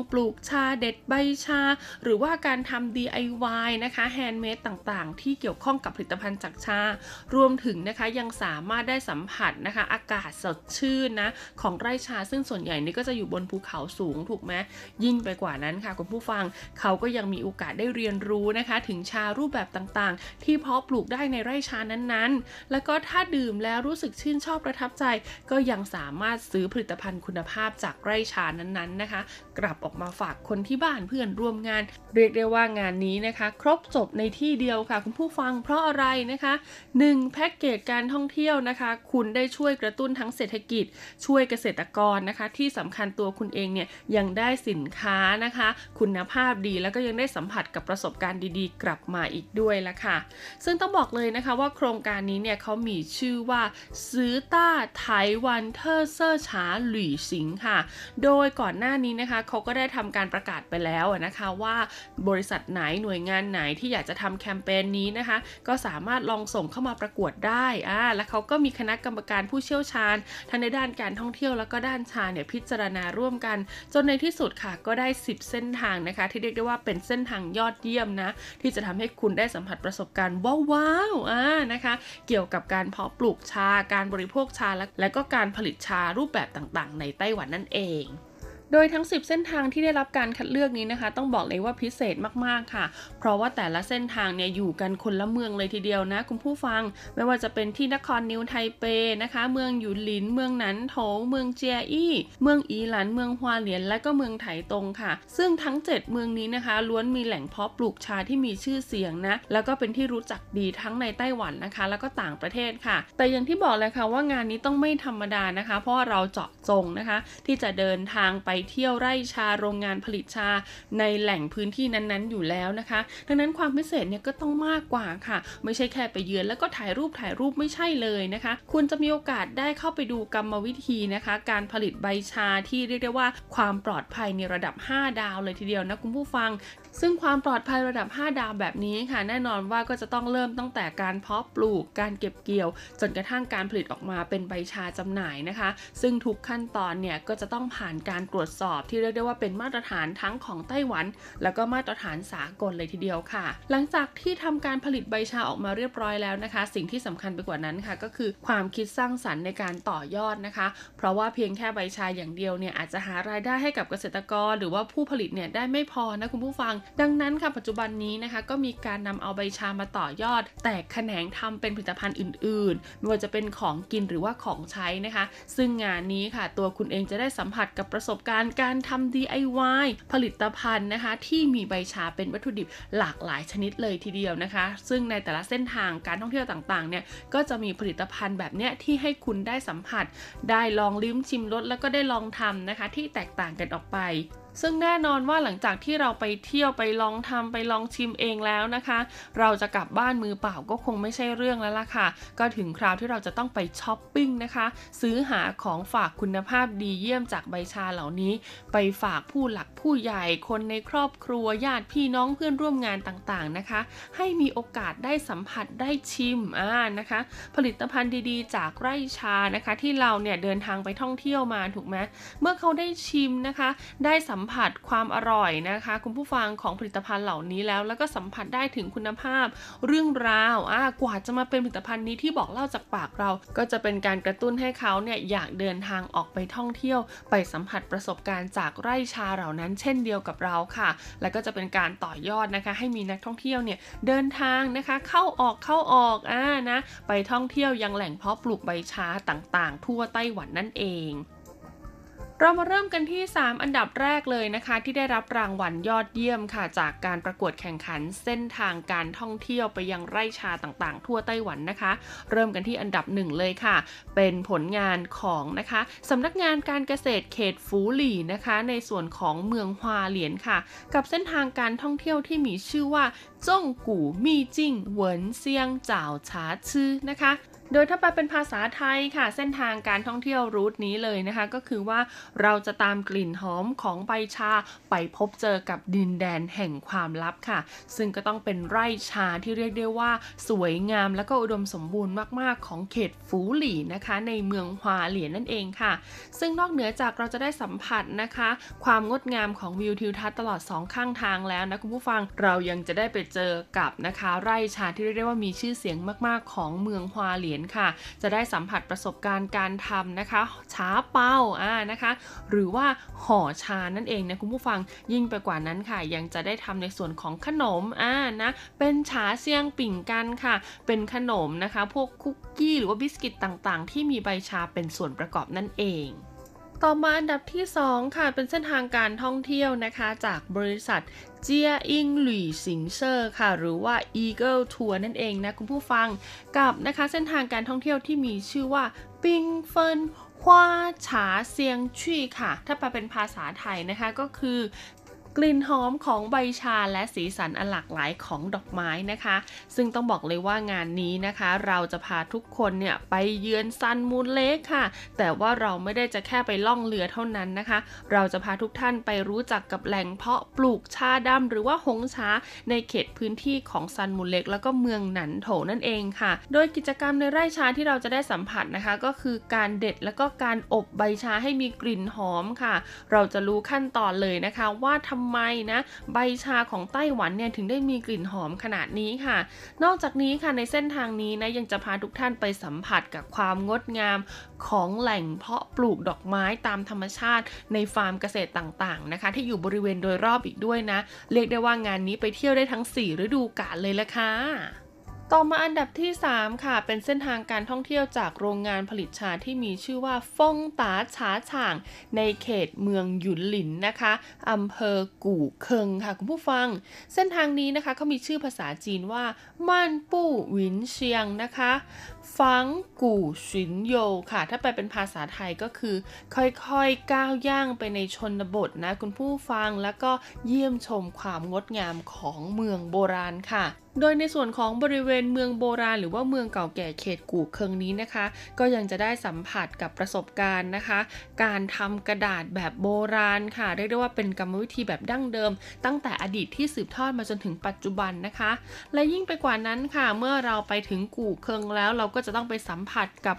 ปลูกชาเด็ดใบชาหรือว่าการทำ DIY นะคะแฮนด์เมดต่างๆที่เกี่ยวข้องกับผลิตภัณฑ์จากชารวมถึงนะคะยังสามารถได้สัมผัสนะคะอากาศสดชื่นนะของไร่ชาซึ่งส่วนใหญ่นี่ก็จะอยู่บนภูเขาสูงถูกไหมยิ่งไปกว่านั้นค่ะคุณผู้ฟังเขาก็ยังมีโอกาสได้เรียนรู้นะคะถึงชารูปแบบต่างๆที่เพาะปลูกได้ในไร่ชานั้นๆแล้วก็ถ้าดื่มแล้วรู้สึกชื่นชอบประทับใจก็ยังสามารถซื้อผลิตภัณฑ์คุณภาพจากไร่ชานั้นๆนะคะกลับออกมาฝากคนที่บ้านเพื่อนร่วมงานเรียกได้ว่างานนี้นะคะครบจบในที่เดียวค่ะคุณผู้ฟังเพราะอะไรนะคะ1แพ็กเกจการท่องเที่ยวนะคะคุณได้ช่วยกระตุ้นทั้งเศรษฐกิจช่วยเกษตรกรนะคะที่สำคัญตัวคุณเองเนี่ยยังได้สินค้านะคะคุณภาพดีแล้วก็ยังได้สัมผัสกับประสบการณ์ดีๆกลับมาอีกด้วยละค่ะซึ่งต้องบอกเลยนะคะว่าโครงการนี้เนี่ยเขามีชื่อว่าซื้อต้าไต้หวันเทอเซอร์ชาหลี่สิงค่ะโดยก่อนหน้านี้นะคะเขาก็ได้ทำการประกาศไปแล้วนะคะว่าบริษัทไหนหน่วยงานไหนที่อยากจะทำแคมเปญนี้นะคะก็สามารถลองส่งเข้ามาประกวดได้แล้วเขาก็มีคณะกรรมการผู้เชี่ยวชาญทั้งในด้านการท่องเที่ยวแล้วก็ด้านชาเนี่ยพิจารณาร่วมกันจนในที่สุดค่ะก็ได้10เส้นทางนะคะที่เรียกได้ว่าเป็นเส้นทางยอดเยี่ยมนะที่จะทำให้คุณได้สัมผัสประสบการณ์ว้าวนะคะเกี่ยวกับการเพาะปลูกชาการบริโภคชาและก็การผลิตชารูปแบบต่างๆในไต้หวันนั่นเองโดยทั้ง10เส้นทางที่ได้รับการคัดเลือกนี้นะคะต้องบอกเลยว่าพิเศษมากๆค่ะเพราะว่าแต่ละเส้นทางเนี่ยอยู่กันคนละเมืองเลยทีเดียวนะคุณผู้ฟังไม่ว่าจะเป็นที่นครนิวไทเปนะคะเมืองหยูหลินเมืองหนันโถเมืองเจียอี้เมืองอีหลันเมืองฮวาเหลียนและก็เมืองไถตงค่ะซึ่งทั้ง7เมืองนี้นะคะล้วนมีแหล่งเพาะปลูกชาที่มีชื่อเสียงนะแล้วก็เป็นที่รู้จักดีทั้งในไต้หวันนะคะแล้วก็ต่างประเทศค่ะแต่อย่างที่บอกเลยค่ะว่างานนี้ต้องไม่ธรรมดานะคะเพราะว่าเราเจาะจงนะคะที่จะเดินทางไปเที่ยวไร่ชาโรงงานผลิตชาในแหล่งพื้นที่นั้นๆอยู่แล้วนะคะดังนั้นความพิเศษเนี่ยก็ต้องมากกว่าค่ะไม่ใช่แค่ไปเยือนแล้วก็ถ่ายรูปไม่ใช่เลยนะคะคุณจะมีโอกาสได้เข้าไปดูกรรมวิธีนะคะการผลิตใบชาที่เรียกได้ว่าความปลอดภัยในระดับ5ดาวเลยทีเดียวนะคุณผู้ฟังซึ่งความปลอดภัยระดับ5ดาวแบบนี้ค่ะแน่นอนว่าก็จะต้องเริ่มตั้งแต่การเพาะปลูกการเก็บเกี่ยวจนกระทั่งการผลิตออกมาเป็นใบชาจำหน่ายนะคะซึ่งทุกขั้นตอนเนี่ยก็จะต้องผ่านการตรวจสอบที่เรียกได้ว่าเป็นมาตรฐานทั้งของไต้หวันแล้วก็มาตรฐานสากลเลยทีเดียวค่ะหลังจากที่ทำการผลิตใบชาออกมาเรียบร้อยแล้วนะคะสิ่งที่สำคัญไปกว่านั้นค่ะก็คือความคิดสร้างสรรค์ในการต่อยอดนะคะเพราะว่าเพียงแค่ใบชาอย่างเดียวเนี่ยอาจจะหารายได้ให้กับเกษตรกรหรือว่าผู้ผลิตเนี่ยได้ไม่พอนะคุณผู้ฟังดังนั้นค่ะปัจจุบันนี้นะคะก็มีการนำเอาใบชามาต่อยอดแตกแขนงทำเป็นผลิตภัณฑ์อื่นๆไม่ว่าจะเป็นของกินหรือว่าของใช้นะคะซึ่งงานนี้ค่ะตัวคุณเองจะได้สัมผัสกับประสบการณ์การทำ DIY ผลิตภัณฑ์นะคะที่มีใบชาเป็นวัตถุดิบหลากหลายชนิดเลยทีเดียวนะคะซึ่งในแต่ละเส้นทางการท่องเที่ยวต่างๆเนี่ยก็จะมีผลิตภัณฑ์แบบเนี้ยที่ให้คุณได้สัมผัสได้ลองลิ้มชิมรสแล้วก็ได้ลองทำนะคะที่แตกต่างกันออกไปซึ่งแน่นอนว่าหลังจากที่เราไปเที่ยวไปลองทำไปลองชิมเองแล้วนะคะเราจะกลับบ้านมือเปล่าก็คงไม่ใช่เรื่องแล้วล่ะค่ะก็ถึงคราวที่เราจะต้องไปช้อปปิ้งนะคะซื้อหาของฝากคุณภาพดีเยี่ยมจากใบชาเหล่านี้ไปฝากผู้หลักผู้ใหญ่คนในครอบครัวญาติพี่น้องเพื่อนร่วมงานต่างๆนะคะให้มีโอกาสได้สัมผัสได้ชิมนะคะผลิตภัณฑ์ดีๆจากไร่ชานะคะที่เราเนี่ยเดินทางไปท่องเที่ยวมาถูกไหมเมื่อเขาได้ชิมนะคะได้สัมผัสความอร่อยนะคะคุณผู้ฟังของผลิตภัณฑ์เหล่านี้แล้วก็สัมผัสได้ถึงคุณภาพเรื่องราวกว่าจะมาเป็นผลิตภัณฑ์นี้ที่บอกเล่าจากปากเราก็จะเป็นการกระตุ้นให้เขาเนี่ยอยากเดินทางออกไปท่องเที่ยวไปสัมผัสประสบการณ์จากไร่ชาเหล่านั้นเช่นเดียวกับเราค่ะแล้วก็จะเป็นการต่อยอดนะคะให้มีนักท่องเที่ยวเนี่ยเดินทางนะคะเข้าออกนะไปท่องเที่ยวยังแหล่งเพาะปลูกใบชาต่างๆทั่วไต้หวันนั่นเองเรามาเริ่มกันที่3อันดับแรกเลยนะคะที่ได้รับรางวัลยอดเยี่ยมค่ะจากการประกวดแข่งขันเส้นทางการท่องเที่ยวไปยังไร่ชาต่างๆทั่วไต้หวันนะคะเริ่มกันที่อันดับ1เลยค่ะเป็นผลงานของนะคะสำนักงานการเกษตรเขตฟูหลี่นะคะในส่วนของเมืองฮวาเหลียนค่ะกับเส้นทางการท่องเที่ยวที่มีชื่อว่าจ้งกู่มี่จิ้งเหวินเซียงจ่าวฉาชื่อนะคะโดยถ้าไปเป็นภาษาไทยค่ะเส้นทางการท่องเที่ยวรูทนี้เลยนะคะก็คือว่าเราจะตามกลิ่นหอมของใบชาไปพบเจอกับดินแดนแห่งความลับค่ะซึ่งก็ต้องเป็นไร่ชาที่เรียกได้ว่าสวยงามและก็อุดมสมบูรณ์มากๆของเขตฝูหลี่นะคะในเมืองฮวาเหลียนนั่นเองค่ะซึ่งนอกเหนือจากเราจะได้สัมผัสนะคะความงดงามของวิวทิวทัศน์ตลอด2ข้างทางแล้วนะคุณผู้ฟังเรายังจะได้ไปเจอกับนะคะไร่ชาที่เรียกได้ว่ามีชื่อเสียงมากๆของเมืองฮวาเหลียนค่ะจะได้สัมผัสประสบการณ์การทำนะคะชาเป้านะคะหรือว่าห่อชานั่นเองนะคุณผู้ฟังยิ่งไปกว่านั้นค่ะยังจะได้ทำในส่วนของขนมนะเป็นฉาเซียงปิ่งกันค่ะเป็นขนมนะคะพวกคุกกี้หรือว่าบิสกิตต่างๆที่มีใบชาเป็นส่วนประกอบนั่นเองต่อมาอันดับที่2ค่ะเป็นเส้นทางการท่องเที่ยวนะคะจากบริษัทเจียอิงหลี่สิงเซอร์ค่ะหรือว่า Eagle Tour นั่นเองนะคุณผู้ฟังกับนะคะเส้นทางการท่องเที่ยวที่มีชื่อว่าปิงเฟินฮวาฉาเซียงชี่ค่ะถ้าแปลเป็นภาษาไทยนะคะก็คือกลิ่นหอมของใบชาและสีสันอันหลากหลายของดอกไม้นะคะซึ่งต้องบอกเลยว่างานนี้นะคะเราจะพาทุกคนเนี่ยไปเยือนซันมูนเลคค่ะแต่ว่าเราไม่ได้จะแค่ไปล่องเรือเท่านั้นนะคะเราจะพาทุกท่านไปรู้จักกับแหล่งเพาะปลูกชาดำหรือว่าหงชาในเขตพื้นที่ของซันมูนเลคแล้วก็เมืองหนันโถนั่นเองค่ะโดยกิจกรรมในไร่ชาที่เราจะได้สัมผัสนะคะก็คือการเด็ดแล้วก็การอบใบชาให้มีกลิ่นหอมค่ะเราจะรู้ขั้นตอนเลยนะคะว่าทำไมนะใบชาของไต้หวันเนี่ยถึงได้มีกลิ่นหอมขนาดนี้ค่ะนอกจากนี้ค่ะในเส้นทางนี้นะยังจะพาทุกท่านไปสัมผัสกับความงดงามของแหล่งเพาะปลูกดอกไม้ตามธรรมชาติในฟาร์มเกษตรต่างๆนะคะที่อยู่บริเวณโดยรอบอีกด้วยนะเรียกได้ว่างานนี้ไปเที่ยวได้ทั้ง4ฤดูกาลเลยละค่ะต่อมาอันดับที่3ค่ะเป็นเส้นทางการท่องเที่ยวจากโรงงานผลิตชาที่มีชื่อว่าฟงตาชาฉ่างในเขตเมืองหยุนหลินนะคะอำเภอกู่เคิงค่ะคุณผู้ฟังเส้นทางนี้นะคะเขามีชื่อภาษาจีนว่าม่านปู้หวินเชียงนะคะฟังกู่ฉินโยค่ะถ้าแปลเป็นภาษาไทยก็คือค่อยๆก้าวย่างไปในชนบทนะคุณผู้ฟังแล้วก็เยี่ยมชมความงดงามของเมืองโบราณค่ะโดยในส่วนของบริเวณเมืองโบราณหรือว่าเมืองเก่าแก่เขตกู่เคิงนี้นะคะก็ยังจะได้สัมผัสกับประสบการณ์นะคะการทำกระดาษแบบโบราณค่ะเรียกได้ว่าเป็นกรรมวิธีแบบดั้งเดิมตั้งแต่อดีตที่สืบทอดมาจนถึงปัจจุบันนะคะและยิ่งไปกว่านั้นค่ะเมื่อเราไปถึงกู่เคิงแล้วเราก็จะต้องไปสัมผัสกับ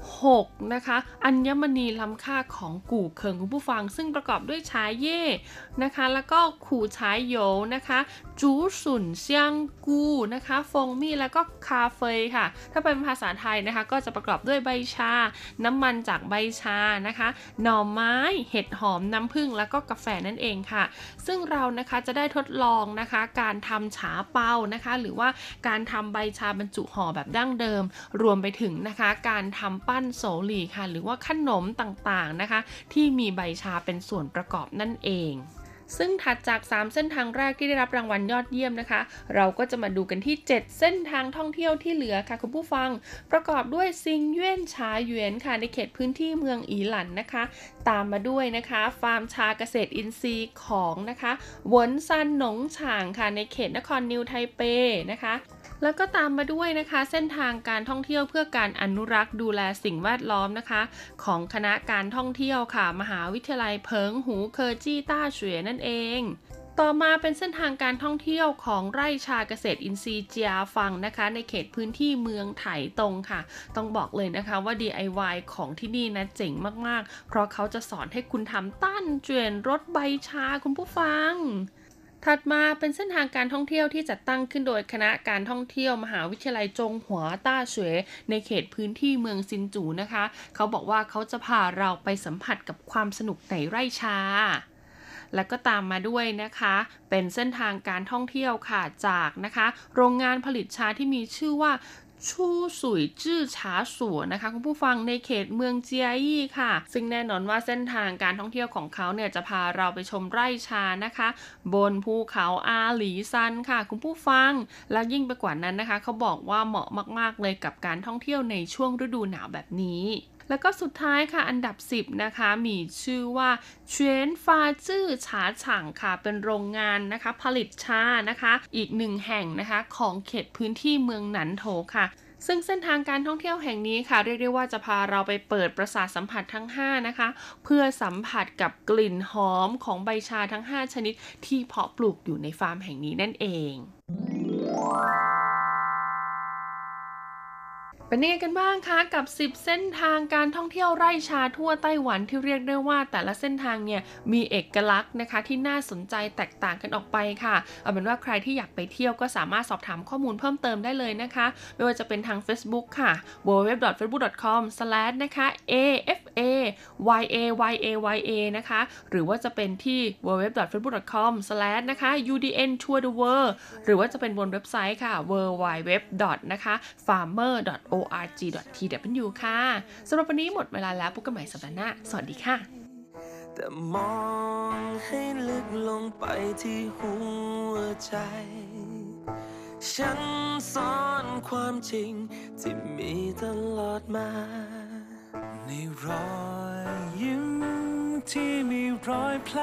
6นะคะอัญมณีล้ำค่าของกู่เคิงคุณผู้ฟังซึ่งประกอบด้วยชาเย่นะคะแล้วก็ขู่ชายโยนะคะจูสุนเซียงกูนะคะฟงมี่แล้วก็คาเฟ่ค่ะถ้าเป็นภาษาไทยนะคะก็จะประกอบด้วยใบชาน้ำมันจากใบชานะคะหน่อไม้เห็ดหอมน้ำผึ้งแล้วก็กาแฟนั่นเองค่ะซึ่งเรานะคะจะได้ทดลองนะคะการทำฉาเปานะคะหรือว่าการทำใบชาบรรจุห่อแบบดั้งเดิมรวมไปถึงนะคะการทำปั้นโสหลี่ค่ะหรือว่าขนมต่างๆนะคะที่มีใบชาเป็นส่วนประกอบนั่นเองซึ่งถัดจาก3เส้นทางแรกที่ได้รับรางวัลยอดเยี่ยมนะคะเราก็จะมาดูกันที่7เส้นทางท่องเที่ยวที่เหลือค่ะคุณผู้ฟังประกอบด้วยซิงเย่นชาเหวียนค่ะในเขตพื้นที่เมืองอีหลันนะคะตามมาด้วยนะคะฟาร์มชาเกษตรอินทรีย์ของนะคะหวนซันหนงฉางค่ะในเขตนครนิวไทเปนะคะแล้วก็ตามมาด้วยนะคะเส้นทางการท่องเที่ยวเพื่อการอนุรักษ์ดูแลสิ่งแวดล้อมนะคะของคณะการท่องเที่ยวค่ะมหาวิทยาลัยเพิงหูเคอจี้ต้าเฉวยนั่นเองต่อมาเป็นเส้นทางการท่องเที่ยวของไร่ชาเกษตรอินทรีย์เจียฟังนะคะในเขตพื้นที่เมืองไถตงค่ะต้องบอกเลยนะคะว่า DIY ของที่นี่นะเจ๋งมากๆเพราะเขาจะสอนให้คุณทำตั้นเจวนรสใบชาคุณผู้ฟังถัดมาเป็นเส้นทางการท่องเที่ยวที่จัดตั้งขึ้นโดยคณะการท่องเที่ยวมหาวิทยาลัยจงหัวต้าเฉวยในเขตพื้นที่เมืองซินจูนะคะเขาบอกว่าเขาจะพาเราไปสัมผัสกับความสนุกในไร่ชาและก็ตามมาด้วยนะคะเป็นเส้นทางการท่องเที่ยวค่ะจากนะคะโรงงานผลิตชาที่มีชื่อว่าชูสุยจื้อชาสัวนะคะคุณผู้ฟังในเขตเมืองเจียอี้ค่ะซึ่งแน่นอนว่าเส้นทางการท่องเที่ยวของเขาเนี่ยจะพาเราไปชมไร่ชานะคะบนภูเขาอาหลีซันค่ะคุณผู้ฟังและยิ่งไปกว่านั้นนะคะเขาบอกว่าเหมาะมากๆเลยกับการท่องเที่ยวในช่วงฤดูหนาวแบบนี้แล้วก็สุดท้ายค่ะอันดับ10นะคะมีชื่อว่าเฉียนฟาจื้อฉาฉ่างค่ะเป็นโรงงานนะคะผลิตชานะคะอีก1แห่งนะคะของเขตพื้นที่เมืองหนันโถค่ะซึ่งเส้นทางการท่องเที่ยวแห่งนี้ค่ะเรียกได้ว่าจะพาเราไปเปิดประสาทสัมผัสทั้ง5นะคะเพื่อสัมผัสกับกลิ่นหอมของใบชาทั้ง5ชนิดที่เพาะปลูกอยู่ในฟาร์มแห่งนี้นั่นเองเป็นยังไงกันบ้างคะกับ10เส้นทางการท่องเที่ยวไร่ชาทั่วไต้หวันที่เรียกได้ว่าแต่ละเส้นทางเนี่ยมีเอกลักษณ์นะคะที่น่าสนใจแตกต่างกันออกไปค่ะเอาเป็นว่าใครที่อยากไปเที่ยวก็สามารถสอบถามข้อมูลเพิ่มเติมได้เลยนะคะไม่ว่าจะเป็นทาง Facebook ค่ะ www.facebook.com/ นะคะ AFAYAYAYA นะคะหรือว่าจะเป็นที่ www.facebook.com/ นะคะ UDN Tour the World หรือว่าจะเป็นบนเว็บไซต์ค่ะ www. นะคะ farmer.org.tw ค่ะสำหรับวันนี้หมดเวลาแล้วพบกันใหม่สัปดาห์หน้าสวัสดีค่ะแต่มองให้ลึกลงไปที่หัวใจฉันซ่อนความจริงที่มีตลอดมาในรอยยิ้มที่มีรอยแผล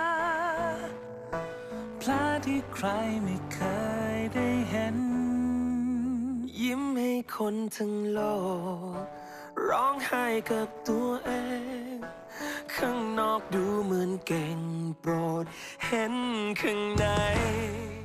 ที่ใครไม่เคยได้เห็นยิ้มให้คนทั้งโลกร้องไห้กับตัวเองข้างนอกดูเหมือนเก่งโปรดเห็นข้างใน